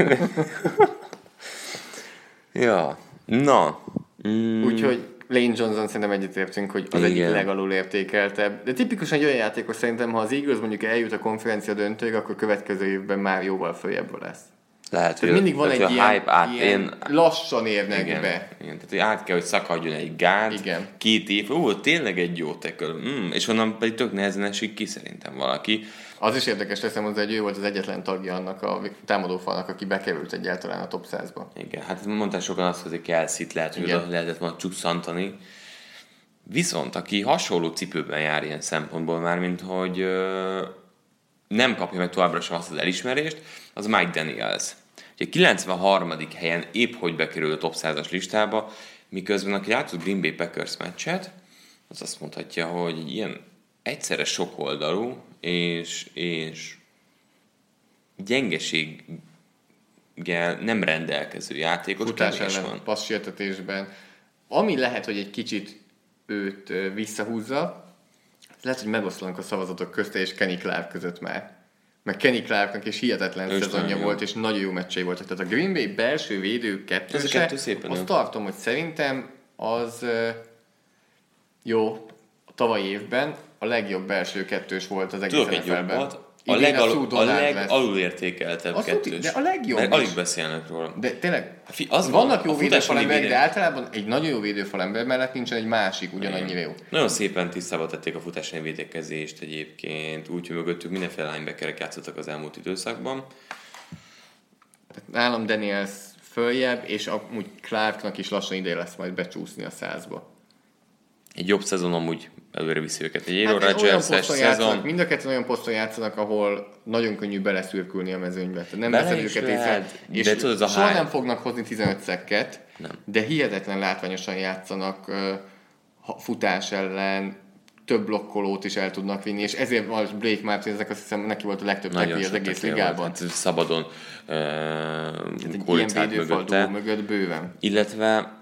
Ja, na. Úgyhogy Lane Johnson szerintem egyetértünk, hogy az egyik legalul értékeltebb. De tipikusan egy olyan játékos szerintem, ha az Eagles mondjuk eljut a konferencia döntőig, akkor következő évben már jóval följebb lesz. Lehet, hogy mindig van egy ilyen lassan érnek igen, be. Igen, tehát hogy át kell, hogy szakadjon egy gát, igen. 2 év, tényleg egy jó tackle. És onnan pedig tök nehezen esik ki szerintem valaki. Az is érdekes teszem hozzá, hogy ő volt az egyetlen tagja annak a támadófalnak, aki bekerült egyáltalán a top 100-ba. Igen, hát mondták sokan azt, hogy Kelsey-t lehet, hogy oda lehetett volna csukszantani. Viszont aki hasonló cipőben jár ilyen szempontból már, mint hogy nem kapja meg továbbra sem azt az elismerést, az Mike Daniels. Ugye 93. helyen épp hogy bekerül a top 100-as listába, miközben aki látott Green Bay Packers meccset, az azt mondhatja, hogy ilyen egyszerre sokoldalú és gyengeséggel nem rendelkező játékos. Futás ellen, passzsértetésben. Ami lehet, hogy egy kicsit őt visszahúzza, lehet, hogy megoszlanak a szavazatok közte és Kenny Clark között már. Meg Kenny Clarknak is hihetetlen szezonja volt, és nagyon jó meccsei voltak. Tehát a Green Bay belső védő kettőse, azt tartom, hogy szerintem az jó, a tavalyi évben a legjobb belső kettős volt az egész NFL-ben. A legalulértékeltebb kettős. De a legjobb mert alig beszélnek róla. De tényleg, vannak jó védőfalemberek, de általában egy nagyon jó védőfalember mellett nincsen egy másik ugyanannyira jó. Nagyon szépen tisztába tették a futásai védekezést egyébként, úgyhogy mögöttük mindenféle linebackerek játszottak az elmúlt időszakban. Nálam Daniels följebb, és amúgy Clarknak is lassan ide lesz majd becsúszni a 100-ba. Egy jobb szezon amúgy előre viszi őket. Egy Aaron Rodgers-es szezon. Mind a ketten olyan poszton játszanak, ahol nagyon könnyű beleszürkülni a mezőnybe. Nem veszed őket észre, és soha nem fognak hozni 15 szekket, de hihetetlen látványosan játszanak futás ellen, több blokkolót is el tudnak vinni, és ezért most Blake Martineznek azt hiszem neki volt a legtöbb tackle az egész ligában. Hát szabadon ilyen védőfal mögött bőven. Illetve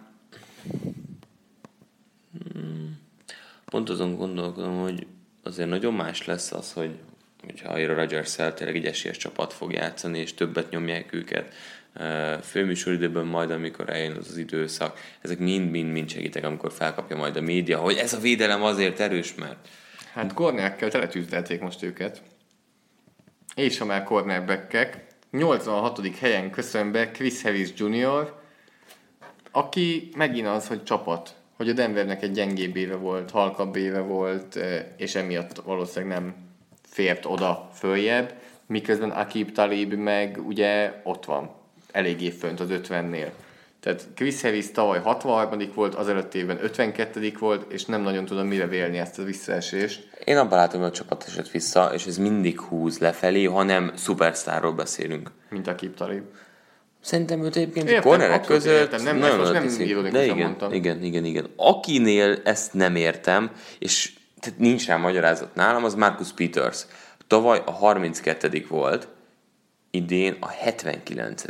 pont azon gondolkodom, hogy azért nagyon más lesz az, hogyha Aaron Rodgers-szel tényleg egy esélyes csapat fog játszani, és többet nyomják őket. Főműsoridőben majd, amikor eljön az időszak, ezek mind segítek, amikor felkapja majd a média, hogy ez a védelem azért erős, mert... Hát cornerbackkel teletűzdelték most őket. És ha már cornerbackek, 86. helyen köszön be Chris Harris Jr., aki megint az, hogy csapat. Hogy a Denvernek egy gyengébb éve volt, halkabb éve volt, és emiatt valószínűleg nem fért oda följebb, miközben Aqib Talib meg ugye ott van, eléggé fönt az 50-nél. Tehát Chris Harris tavaly 63. volt, azelőtt évben 52. volt, és nem nagyon tudom mire vélni ezt a visszaesést. Én abban látom, hogy a csapat esett vissza, és ez mindig húz lefelé, ha nem szupersztárról beszélünk. Mint Aqib Talib. Szerintem őt egyébként a cornerek között nem, nagyon most nem teszik. ironikusan mondtam. Igen. Akinél ezt nem értem, és tehát nincs rá magyarázat nálam, az Marcus Peters. Tavaly a 32. volt, idén a 79.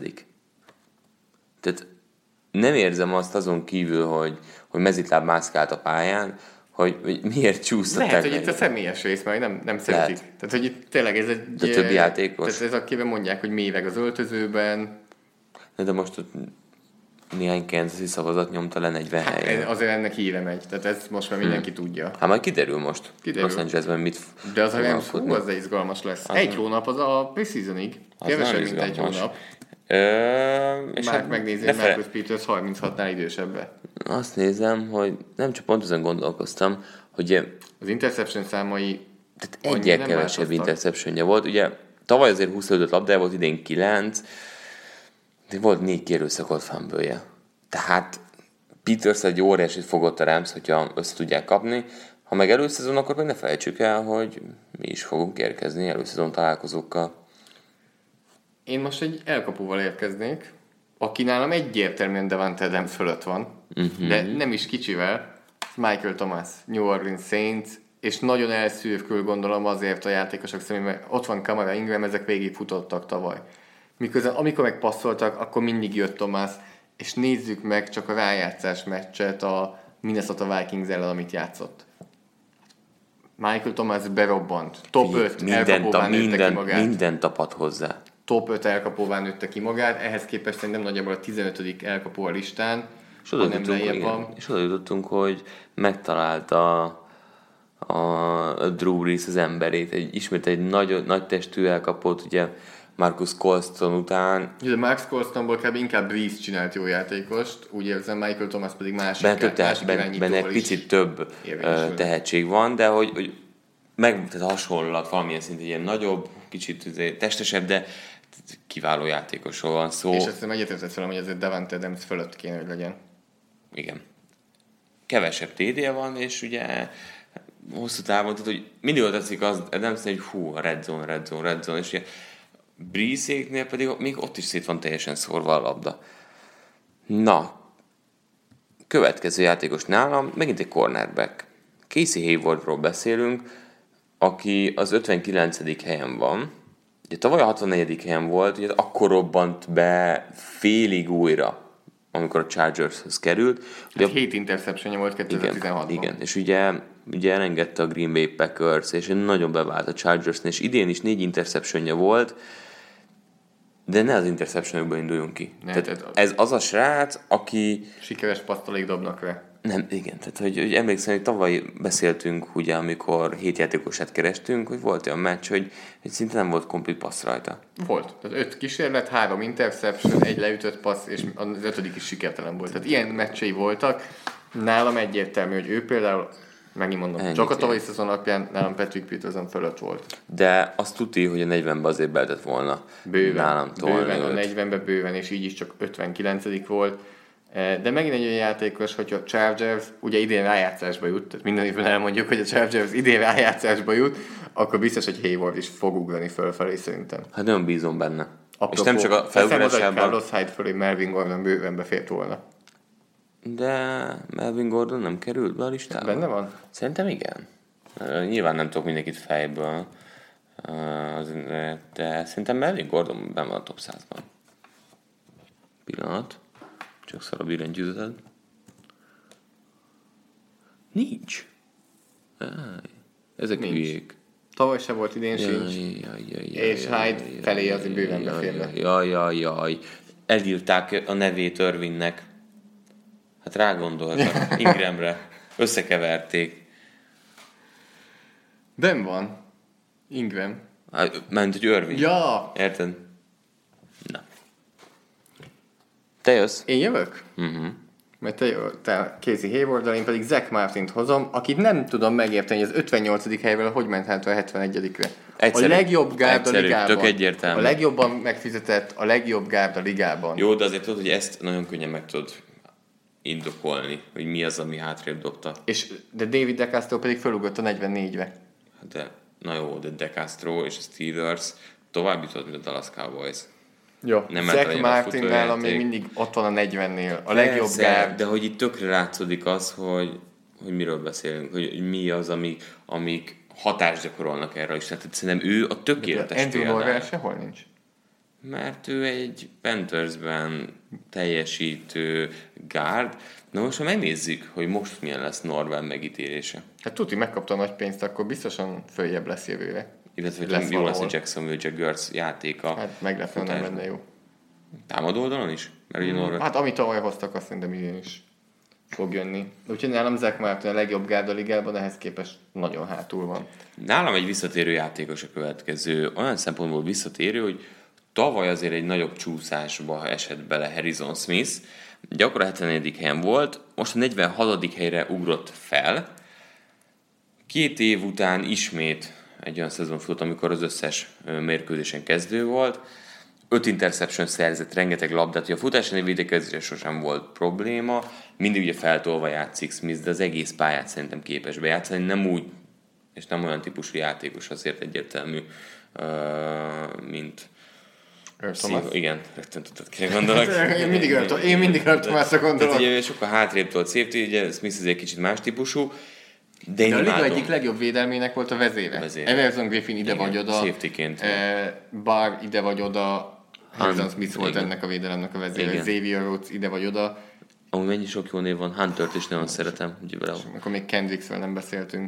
Tehát nem érzem azt azon kívül, hogy mezitláb mászkált a pályán, hogy miért csúsztatták. Lehet, hogy itt a személyes rész, mert nem szeretik. Tehát, hogy itt tényleg ez egy... De többi játékos? Tehát ez akiben mondják, hogy mélyveg az öltözőben. De most ott néhány Kansas-i szavazat nyomta le 40 helyen. Azért ennek híre megy. Tehát ez most már mindenki tudja. Hát majd kiderül most. Kiderül. Los Angelesben mit De az a Rams, az izgalmas lesz. Egy hónap az a preseasonig. Kevesebb, mint egy hónap. És Már megnézni, Marcus Peters 36-nál idősebben. Azt nézem, hogy nem csak pont azon gondolkoztam, hogy az interception számai tehát egyel kevesebb interceptionja volt. Ugye tavaly azért 25 labdája volt, idén 9, de volt 4 kérőszakolt fumble-je. Tehát Peters egy óriásit fogott a Rams, hogyha össze tudják kapni. Ha meg előszezon, akkor meg ne felejtsük el, hogy mi is fogunk érkezni előszezon találkozókkal. Én most egy elkapóval érkeznék, aki nálam egyértelműen Davante Adams fölött van, de nem is kicsivel, Michael Thomas, New Orleans Saints, és nagyon elszűrkül gondolom azért a játékosok szemében, mert ott van Kamara, Ingram, ezek végig futottak tavaly. Miközben amikor megpasszoltak, akkor mindig jött Thomas, és nézzük meg csak a rájátszás meccset a Minnesota Vikings ellen, amit játszott. Michael Thomas berobbant. Top 5 elkapóvá nőtte ki magát. Minden tapad hozzá. Top 5 elkapóvá nőtte ki magát, ehhez képest szerintem nagyjából a 15. elkapó a listán, és oda jutottunk, hogy megtalálta a Drew Brees az emberét, ismét egy nagy testű elkapót, ugye Marcus Colston után. Ugye Max Colstonból kb. Inkább Brees csinált jó játékost, úgy érzem, Michael Thomas pedig másik benne egy picit több tehetség van, de hogy tehát hasonlat valamilyen szinten ilyen nagyobb, kicsit testesebb, de kiváló játékosról van szó. És azt egyetértett velem, hogy ez Davante Adams fölött kéne, hogy legyen. Igen. Kevesebb TD-je van, és ugye hosszú távon, tehát hogy mindig tetszik az Adamsnek, hogy a red zone, és ugye Breeséknél pedig még ott is szét van teljesen szórva a labda. Na, következő játékos nálam, megint egy cornerback. Casey Haywardról beszélünk, aki az 59. helyen van. Ugye tavaly a 64. helyen volt, ugye akkor robbant be félig újra, amikor a Chargershoz került. Hát 7 interceptionja volt 2016-ban. Igen, és ugye elengedte a Green Bay Packers, és nagyon bevált a Chargersnél, és idén is 4 interceptionja volt, de ne az interceptionokból induljunk ki. Tehát ez az a srác, aki... Sikeres passztalig dobnak le. Nem, igen, tehát hogy emlékszem, hogy tavaly beszéltünk, ugye, amikor 7 játékosát kerestünk, hogy volt olyan meccs, hogy szinte nem volt komplet passz rajta. Volt. Tehát 5 kísérlet, 3 interception, 1 leütött passz, és az 5. is sikertelen volt. Tehát ilyen meccsei voltak. Nálam egyértelmű, hogy ő például, megint mondom, csak a tavalyi szezon alapján nálam Patrick Peterson fölött volt. De azt tudti, hogy a 40-ben azért be lehetett volna nálam tolni. Bőven, a 40-ben bőven, és így is csak 59. volt. De megint egy olyan játékos, hogy a Chargers ugye idén rájátszásba jut, tehát minden évben elmondjuk, hogy a Chargers idén rájátszásba jut, akkor biztos, hogy Hayward is fog ugrani fölfelé szerintem. Hát nagyon bízom benne. Apropó, és nem csak a felugrásában. Carlos Hyde fölé Melvin Gordon bőven befért volna. De Melvin Gordon nem került be a listába? Benne van? Szerintem igen. Nyilván nem tudok mindenkit fejből, de szerintem Melvin Gordon benne van a top 100-ban. Pillanat. Csak szar a billentyűzeted. Nincs. Ezek hülyék. Tavaly se volt, idén sincs. És Hyde felé az bőven beférne. Jaj. Elírták a nevét Irvinnek. Hát rágondoltak. Ingramre. Összekeverték. Ben van. Ingram. Ment, hogy Irvin. Ja! Érted? Na. Te jössz? Én jövök? Mert te Casey Haywarddal, én pedig Zach Martint hozom, akit nem tudom megérteni, hogy az 58. helyről hogy ment hát a 71-re. Egyszerű. A legjobb gárd a ligában. Tök egyértelmű. A legjobban megfizetett, a legjobb gárd a ligában. Jó, de azért tudod, hogy ezt nagyon könnyen meg tudod indokolni, hogy mi az, ami hátrébb dobta. De David DeCastro pedig felugrott a 44-re. Hát de, na jó, de DeCastro és a Steelers tovább jutott, mint a Dallas Cowboys. Jó, Nem Zach Martinnál még mindig ott van a 40-nél. A legjobb gárd. De hogy itt tökre látszódik az, hogy miről beszélünk, hogy mi az, amik hatást gyakorolnak erre is. Tehát szerintem ő a tökéletes Andrew Norwell sehol nincs. Mert ő egy Panthersben teljesítő gárd. Na most, ha megnézzük, hogy most milyen lesz Norwell megítélése. Hát tuti, megkapta a nagy pénzt, akkor biztosan följebb lesz jövőre. Illetve, hogy jó lesz a Jacksonville Jaguars játéka. Hát meglepően nem lenne jó. Támadó oldalon is? Mert ugye Norwell... Hát amit tavaly hoztak, azt szerintem idén is fog jönni. Úgyhogy nálam Zach Martin a legjobb gárd a ligában, ehhez képest nagyon hátul van. Nálam egy visszatérő játékos a következő. Olyan szempontból visszatérő, hogy tavaly azért egy nagyobb csúszásba esett bele Harrison Smith. Gyakor a 74. helyen volt, most a 46. helyre ugrott fel. 2 év után ismét egy olyan szezon futott, amikor az összes mérkőzésen kezdő volt. 5 interception szerzett, rengeteg labdát, hogy a futásani védekezésre sosem volt probléma. Mindig ugye feltolva játszik Smith, de az egész pályát szerintem képes bejátszani. Nem úgy, és nem olyan típusú játékos, azért egyértelmű, mint... Igen, rögtön tudtad, kire gondolok. Én mindig Thomasra gondolok. Ugye sokkal hátrébb tolt safety, ugye Smith egy kicsit más típusú, de én a imádom. liga egyik legjobb védelmének volt a vezére. Everson Griffin ide vagy oda, Barr ide vagy oda, Harrison Smith volt ennek a védelemnek a vezére, Xavier Rhodes ide vagy oda. Amúgy mennyi sok jó név van, Huntert is nagyon szeretem. Akkor még Kendricksről nem beszéltünk.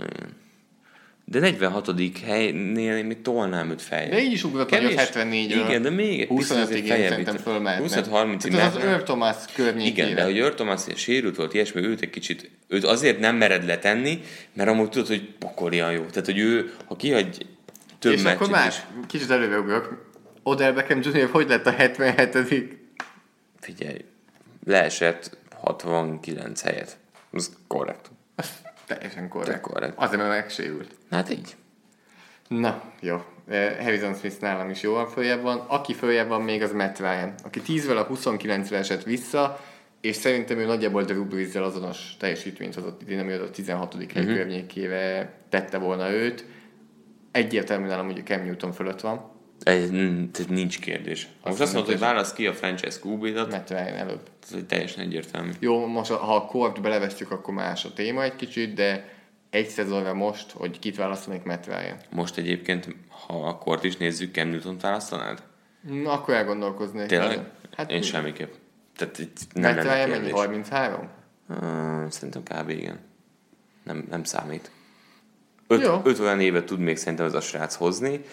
De 46. helynél én még tolnám őt feljebb. De így is ugrott nagyot 74-ről. Igen, de még 25-ig szerintem fölmehetne. 25-30-ig az Earl Thomas környékére. Igen, de hogy Earl Thomas sérült volt, ilyesmi, őt egy kicsit, őt azért nem mered letenni, mert amúgy tudod, hogy pokolian jó. Tehát, hogy ő, ha kihagy több és meccset akkor más, kicsit előre ugrok. Odell Beckham Jr. hogy lett a 77. Figyelj, leesett 69 helyet. Ez korrekt. Teljesen korrekt. Korrekt. Azért, mert megsérült. Hát így. Na, jó. Harrison Smith nálam is jóval följebb van. Aki följebb van még, az Matt Ryan, aki 10-vel a 29-re esett vissza, és szerintem ő nagyjából Drew Brees-zel azonos teljesítményt hozott idén, ami a 16. hely környékére tette volna őt. Egyértelmű nálam, hogy a Cam Newton fölött van. Nincs kérdés. Most azt mondod, hogy válasz ki a franchise QB-dat. Matt Ryan előbb. Ez teljesen egyértelmű. Jó, most ha a kort belevesztjük, akkor más a téma egy kicsit, de egy szezonra most, hogy kit választanék, Matt Ryan. Most egyébként, ha a kort is nézzük, Cam Newton választanád? Na, akkor elgondolkoznék. Tényleg? Hát én semmiképp. Tehát itt nem Matt Ryan mennyi? 33? Szerintem kb. Igen. Nem számít. 5 olyan évet tud még szerintem ez a srác hozni,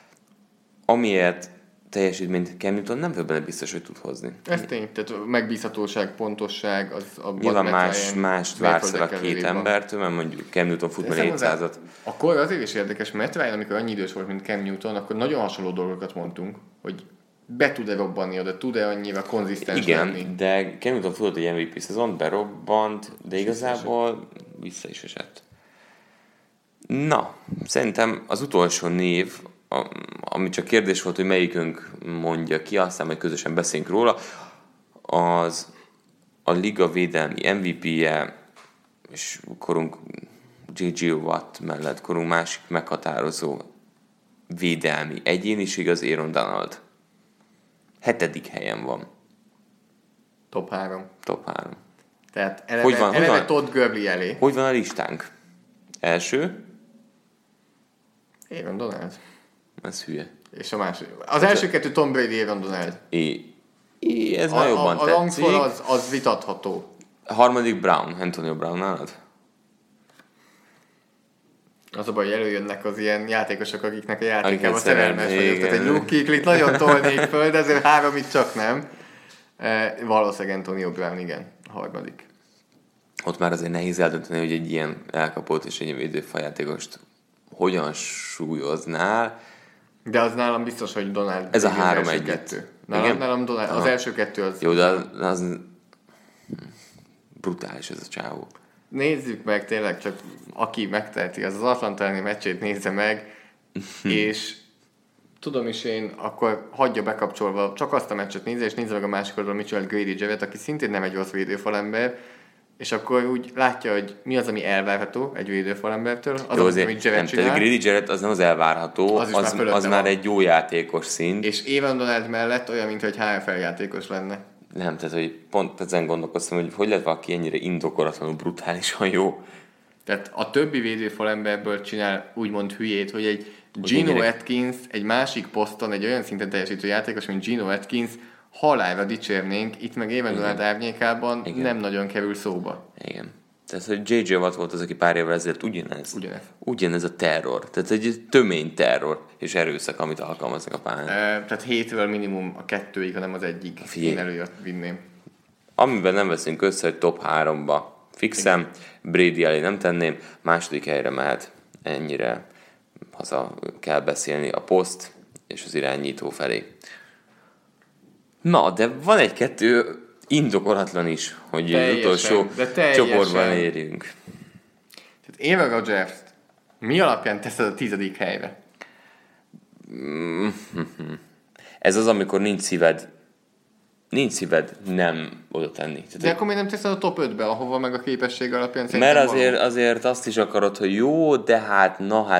amiért teljesítményt Cam Newton nem fog bele biztos, hogy tud hozni. Ez tény, tehát megbízhatóság, pontosság, az a nyilván mást vársz el a két embertől, mert mondjuk Cam Newton fut meg 400-at. Akkor azért is érdekes, mert Ryan, amikor annyi idős volt, mint Cam Newton, akkor nagyon hasonló dolgokat mondtunk, hogy be tud-e robbanni oda, tud-e annyira konzisztens lenni. Igen, de Cam Newton futott egy MVP szezon, berobbant, de igazából vissza is esett. Na, szerintem az utolsó név, ami csak kérdés volt, hogy melyikünk mondja ki, aztán majd közösen beszélünk róla, az a liga védelmi MVP-je, és korunk J.J. Watt mellett korunk másik meghatározó védelmi egyéniség az Aaron Donald. 7. helyen van. Top 3. Top 3. Tehát eleve Todd Gurley elé. Hogy van a listánk? Első? Aaron Donald. Ez hülye. És a második. Az első kettő Tom Brady, Aaron Donald. Ez már jobban tetszik. A rangszor az vitatható. A harmadik Brown, Antonio Brown nálad? Az a baj, hogy előjönnek az ilyen játékosok, akiknek a játékában szerelmes vagyok. Tehát egy Luke Kuechlyt nagyon tolnék föl, de azért 3 itt csak nem. Valószínűleg Antonio Brown, igen, a harmadik. Ott már azért nehéz eldönteni, hogy egy ilyen elkapott és egy védőfajjátékost hogyan súlyoznál. De az nálam biztos, hogy Donald. Ez a 3 együtt. Nálam Donald, az első kettő az... Jó, de az brutális ez a csávó. Nézzük meg tényleg, csak aki megteheti, az Atlanta elleni meccsét nézze meg, és tudom is én, akkor hagyja bekapcsolva csak azt a meccset nézze, és nézze meg a másik oldalon Mitchell Grady Jarrett, aki szintén nem egy rossz védőfalember, és akkor úgy látja, hogy mi az, ami elvárható egy védőfalembertől. Az, jó, amit Jarrett csinál. Tehát Grady Jarrett az nem az elvárható, az már egy jó játékos szint. És Aaron Donald mellett olyan, mintha egy HFL játékos lenne. Nem, tehát hogy pont ezen gondolkoztam, hogy lehet valaki ennyire indokolatlanul brutálisan jó. Tehát a többi védőfalemberből csinál úgymond hülyét, hogy egy Geno Atkins egy másik poszton egy olyan szinten teljesítő játékos, mint Geno Atkins, halálra dicsérnénk, itt meg Aaron Donald árnyékában nem nagyon kerül szóba. Igen. Tehát, hogy J.J. Watt volt az, aki pár évvel ezelőtt ugyanez a terror. Tehát egy tömény terror és erőszak, amit alkalmaznak a pályán. Tehát 7-ről minimum a 2-ig, hanem az 1-ig én előjött vinném. Amiben nem veszünk össze, hogy top 3-ba fixem, Brady elé nem tenném, második helyre mehet, ennyire haza kell beszélni a poszt és az irányító felé. Na, de van egy-kettő indokolatlan is, hogy az utolsó csoportban érjünk. Tehát Aaron Rodgers mi alapján teszed a 10. helyre? Ez az, amikor nincs szíved nem oda tenni. Tehát, de akkor miért nem teszed a top 5-be, ahova meg a képesség alapján mert azért azt is akarod, hogy jó, de hát,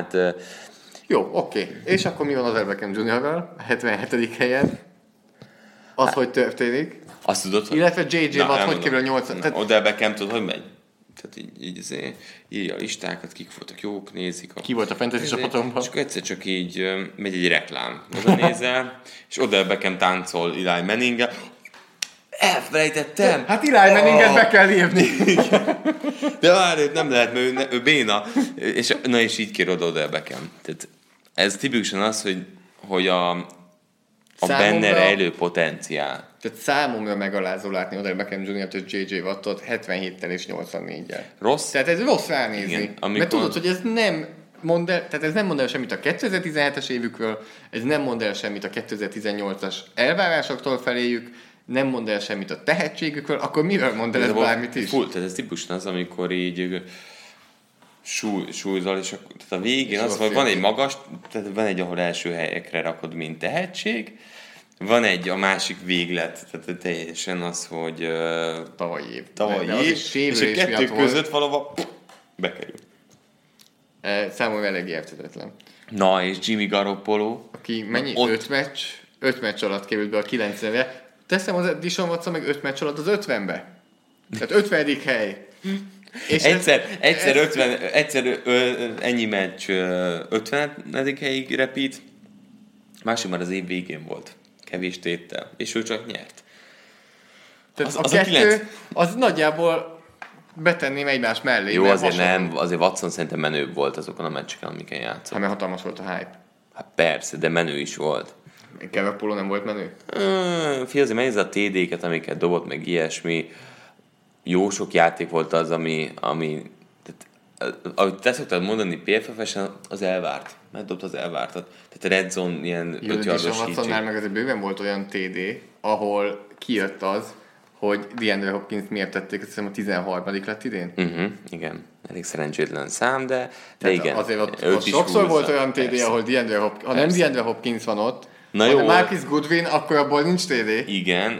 Jó, oké. És akkor mi van az Beckham Jr.-val, a 77. helyen? Az, hogy történik? Azt tudod, hogy... Illetve J.J. Watt, hogy kerül a 8. Odell Beckham, tudod, hogy megy? Tehát így írja a listákat, kik voltak jók, nézik. Ki volt a fantasy csapatomban? És akkor egyszer csak így megy egy reklám. Oda nézel, és Odell Beckham táncol Eli Manninggel. Elfelejtettem! Hát Eli Manninget be kell írni. De várj, nem lehet, mert ő béna. És így kér oda Odell Beckham. Tehát ez tipikusan az, hogy a benne rejlő potenciál. Tehát számomra megalázó látni Odell Beckham Jr.-t és J.J. Wattot 77-tel és 84-jel. Rossz? Tehát ez rossz ránézni. Igen, mert tudod, hogy ez nem mond el semmit a 2017-es évükről, ez nem mond el semmit a 2018-as elvárásoktól feléjük, nem mond el semmit a tehetségükről, akkor miről mond el ez bármit is? Tehát ez típusan az, amikor így súlyzol, és tehát a végén az, hogy van egy magas, tehát van egy, ahol első helyekre rakod, mint tehetség, van egy, a másik véglet, tehát teljesen az, hogy tavalyi év, és a kettő között valahol bekerül. Számomra elég érthetetlen. Na, és Jimmy Garoppolo. Aki mennyi? 5 meccs alatt került be a 90-be. Teszem az Deshaun Watson meg 5 meccs alatt az 50-be. Tehát 50. hely. És egyszer ennyi meccs 50. helyig repít, másik már az év végén volt. Kevés téttel. És ő csak nyert. Tehát az a kettő, az nagyjából betenném egymás mellé. Jó, azért nem, azért Watson szerintem menőbb volt azokon a meccseken, amiken játszott. Hát mert hatalmas volt a hype. Hát persze, de menő is volt. Garoppolo nem volt menő? Azért megnézd a TD-ket, amiket dobott, meg ilyesmi. Jó sok játék volt az, ami tehát, ahogy te szoktad mondani, PFF-esen az elvárt. Megdobt az elvártat. Tehát a red zone ilyen 5 yardos Watsonnál meg azért bőven volt olyan TD, ahol kijött az, hogy DeAndre Hopkins miért tették, azt hiszem a 13. lett idén. Igen, elég szerencsétlen szám, de igen. Azért ott sokszor volt olyan TD, persze. Ahol ha nem DeAndre Hopkins van ott, hanem Marcus Goodwin, akkor abból nincs TD. Igen.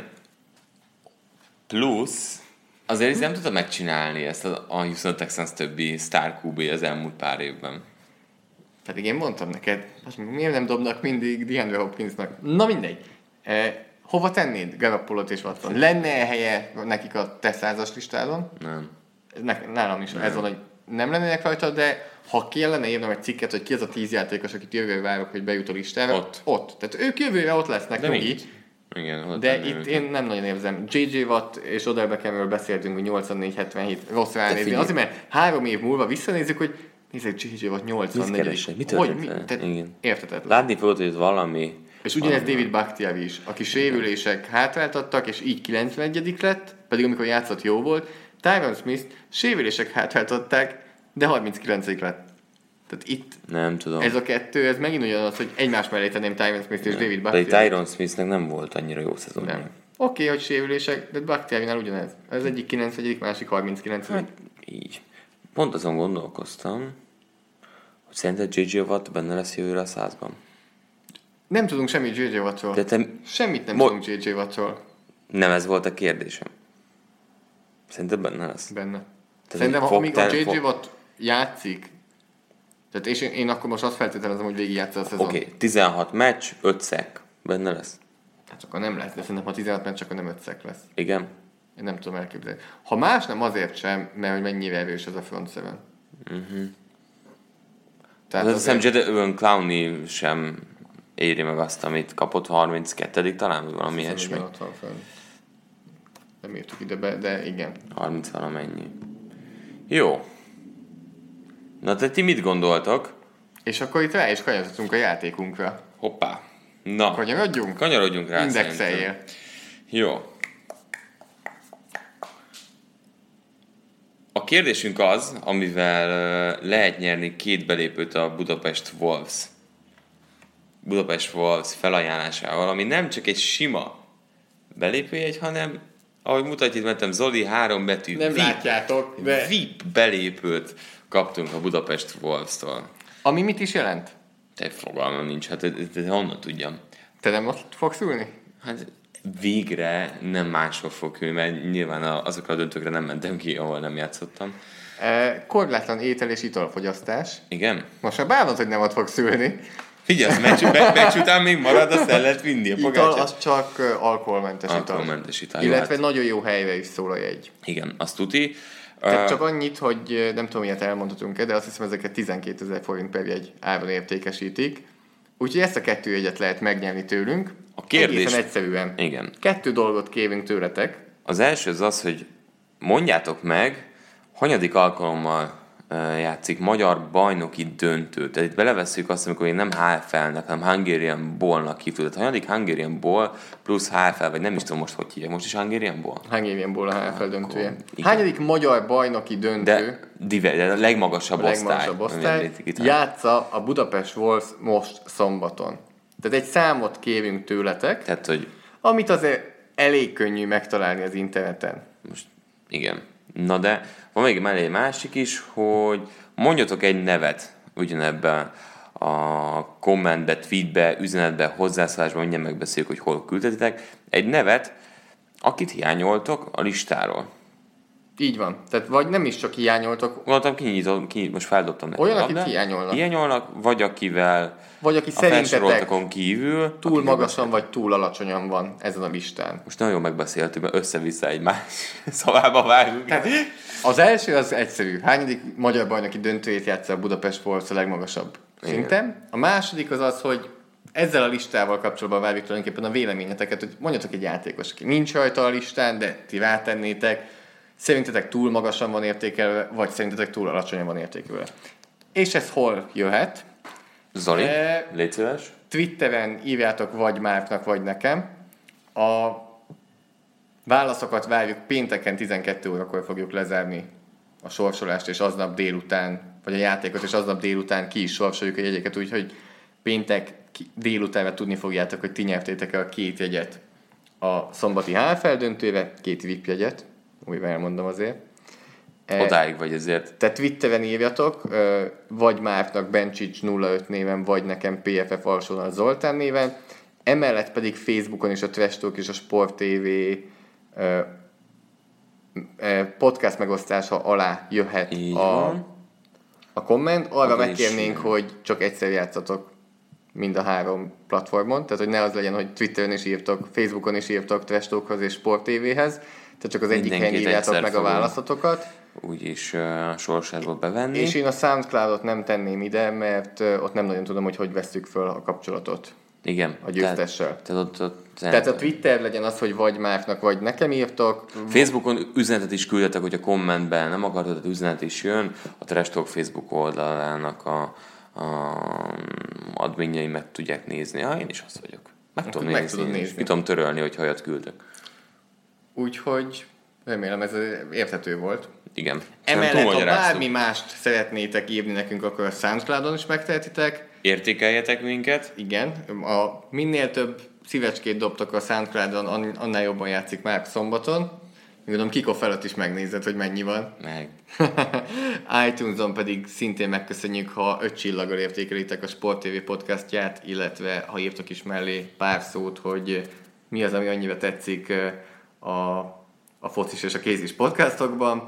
Plusz azért nem tudta megcsinálni ezt a Houston Texans többi sztár QB az elmúlt pár évben. Pedig én mondtam neked, miért nem dobnak mindig DeAndre Hopkinsnak? Na mindegy. Hova tennéd Garoppolot és Watson? Lenne helye nekik a te 100-as listádon? Nem. Nálam is ez van, hogy nem lennének rajta, de ha kellene írnom egy cikket, hogy ki az a 10 játékos, akit jövőre várok, hogy bejut a listára, ott. Tehát ők jövőre ott lesznek, de igen, de itt őket. Én nem nagyon érzem. J.J. Watt és Odell Beckhamről beszéltünk, hogy 84-77 rossz ránézni. Azért, mert 3 év múlva visszanézzük, hogy nézzük, J.J. Watt 84. Mi történt? Érthetetlen. Látni fogod, hogy ez valami... És ugyanez David Bakhtiari is, aki sérülések hátráltattak, és így 91. lett, pedig amikor játszott jó volt. Tyron Smith sérülések hátráltatták, de 39. lett. Tehát itt nem tudom. Ez a kettő, ez megint ugyanaz, hogy egymás mellé tenném Tyron Smith és David Bakhtiari. Pedig Tyron Smithnek nem volt annyira jó szezonja. Oké, hogy sérülések, de Bakhtiarinál ugyanez. Ez egyik 91, másik 39. Hát, így. Pont azon gondolkoztam, hogy szerinted J.J. Watt benne lesz jövőre a 100-ban. Nem tudunk semmit J.J. Wattról. Semmit nem tudunk J.J. Wattról. Nem ez volt a kérdésem. Szerinted benne lesz? Benne. Szerintem, ha amíg a JJ Watt játszik, tehát és én akkor most azt feltételezem, hogy végigjátsza a szezon. Oké, 16 meccs, 5 sack. Benne lesz? Hát akkor nem lesz, de szerintem, ha 16 meccs, akkor nem 5 sack lesz. Igen? Én nem tudom elképzelni. Ha más nem, azért sem, mert hogy mennyire erős ez a front seven. Tehát azt hiszem, Jadavion Clowney sem éri meg azt, amit kapott 32. talán, valami ilyesmi. Ott van fönn. Nem írtuk ide, de igen. 30 valamennyi. Jó. Na, te ti mit gondoltok? És akkor itt rá is kanyarodtunk a játékunkra. Hoppá. Na. Kanyarodjunk? Kanyarodjunk rá. Indexeljél. Jó. A kérdésünk az, amivel lehet nyerni 2 belépőt a Budapest Wolves felajánlásával, ami nem csak egy sima belépőjegy, hanem, ahogy mutatja, itt mentem, Zoli 3 betű. Nem látjátok, de... VIP belépőt kaptunk a Budapest Wolves-tól. Ami mit is jelent? Te fogalmam nincs, hát honnan tudjam. Te nem ott fogsz ülni? Hát végre nem máshol fog ülni, mert nyilván azokra a döntőkre nem mentem ki, ahol nem játszottam. Korlátlan étel és italfogyasztás. Igen? Most már bánod, hogy nem ott fogsz ülni. Figyelj, meccs után még marad, azt el lehet vinni a pogácsát. Ital az csak alkoholmentes ital. Alkoholmentes ital. Illetve nagyon jó helyre is szól a jegy. Igen, azt tuti. Tehát csak annyit, hogy nem tudom, ilyet elmondhatunk-e, de azt hiszem, ezeket 12 000 forint per jegy áron értékesítik. Úgyhogy ezt a 2 jegyet lehet megnyerni tőlünk. A kérdés... Egészen egyszerűen. Igen. 2 dolgot kérünk tőletek. Az első az, hogy mondjátok meg, hanyadik alkalommal játszik magyar bajnoki döntőt. Tehát itt belevesszük azt, amikor én nem HFL-nek, hanem Hungarian Ball-nak hívtuk. Tehát hanyadik Hungarian Ball plusz HFL, vagy nem is tudom most, hogy hívják. Most is Hungarian Ball? Hungarian Ball a HFL döntője. Igen. Hányadik magyar bajnoki döntő? De a legmagasabb osztály. Játsza a Budapest Wolves most szombaton. Tehát egy számot kérünk tőletek, tehát, hogy... amit azért elég könnyű megtalálni az interneten. Most igen. Na de van még mellé egy másik is, hogy mondjatok egy nevet ugyanebben a kommentbe, tweetbe, üzenetbe, hozzászólásban, mindjárt megbeszéljük, hogy hol küldetitek. Egy nevet, akit hiányoltok a listáról. Így van. Tehát vagy nem is csak hiányoltok. Gondoltam, most feldobtam neki. Olyan, akit hiányolnak. Hiányolnak, vagy akivel vagy aki a szerintetek felsoroltakon kívül. túl magasan vagy túl alacsonyan van ezen a listán. Most nagyon beszéltük, mert össze-vissza egymás szavába vágunk. Tehát az első az egyszerű. Hányadik magyar bajnoki döntőjét játsza a Budapest Wolves a legmagasabb szinten. A második az az, hogy ezzel a listával kapcsolatban várjuk tulajdonképpen a véleményeteket, hogy mondjatok egy játékos, aki nincs rajta a listán, de ti rátennétek, szerintetek túl magasan van értékelve, vagy szerintetek túl alacsonyan van értékelve. És ez hol jöhet? Zoli, légy szíves. Twitteren írjátok vagy Márknak, vagy nekem. A válaszokat várjuk pénteken 12 órakor fogjuk lezárni a sorsolást, és aznap délután, vagy a játékot, és aznap délután ki is sorsoljuk a jegyeket, úgyhogy péntek délutánra tudni fogjátok, hogy ti nyertétek el a 2 jegyet a szombati HFL döntőre, 2 VIP jegyet, újra elmondom azért. Odáig vagy ezért. Tehát Twitteren írjatok, vagy Márknak Bencsics 05 néven, vagy nekem PFF alsónal Zoltán néven. Emellett pedig Facebookon is a Trash Talk és a Sport TV podcast megosztása alá jöhet a komment. Arra megkérnénk, hogy csak egyszer játszatok mind a 3 platformon, tehát hogy ne az legyen, hogy Twitteren is írtok, Facebookon is írtok Trash Talkhoz és Sport TV-hez, tehát csak az egyik helyen írjátok meg a választotokat. Úgyis sorsából bevenni. És én a SoundCloud-ot nem tenném ide, mert ott nem nagyon tudom, hogy vesszük föl a kapcsolatot. Igen. A győztessel. Tehát a Twitter legyen az, hogy vagy Márknak, vagy nekem írtok. Facebookon üzenetet is küldjetek, hogy a kommentben nem akartad, üzenet is jön. A Trash Talk Facebook oldalának a adminjai meg tudják nézni. Én is az vagyok. Meg tudom nézni. Ki tudom törölni, hogy hajat küldök. Úgyhogy remélem ez érthető volt. Igen. Emellett, ha bármi mást szeretnétek írni nekünk, akkor a SoundCloud-on is megtehetitek. Értékeljetek minket. Igen. Minél több szívecskét dobtok a SoundCloud-on, annál jobban játszik már szombaton. Gondolom, kick-off előtt is megnézed, hogy mennyi van. Meg. iTunes-on pedig szintén megköszönjük, ha 5 csillaggal értékelitek a Sport TV podcastját, illetve ha írtok is mellé pár szót, hogy mi az, ami annyira tetszik a focis és a kézis podcastokban.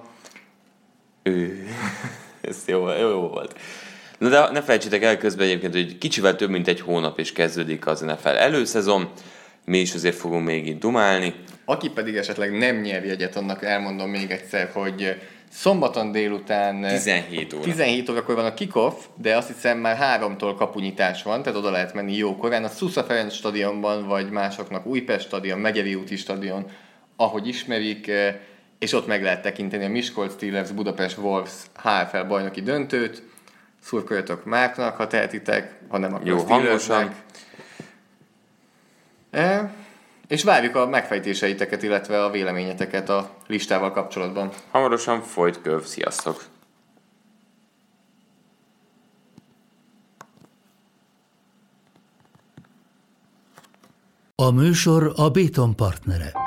Ez jó volt. Na de ne felejtsétek el közben egyébként, hogy kicsivel több mint egy hónap és kezdődik az NFL előszezon. Mi is azért fogunk még itt dumálni. Aki pedig esetleg nem nyer jegyet, annak elmondom még egyszer, hogy szombaton délután 17 órakor van a kick-off, de azt hiszem már 3-tól kapunyítás van, tehát oda lehet menni jókorán. A Szusza Ferenc stadionban, vagy másoknak Újpest stadion, Megyeri úti stadion, ahogy ismerik, és ott meg lehet tekinteni a Miskolc Steelers Budapest Wolves HFL bajnoki döntőt. Szurkoljatok Márknak, ha tehetitek, ha nem, akkor Steelersnek. És várjuk a megfejtéseiteket, illetve a véleményeteket a listával kapcsolatban. Hamarosan folyt köv, sziasztok! A műsor a Béton partnere.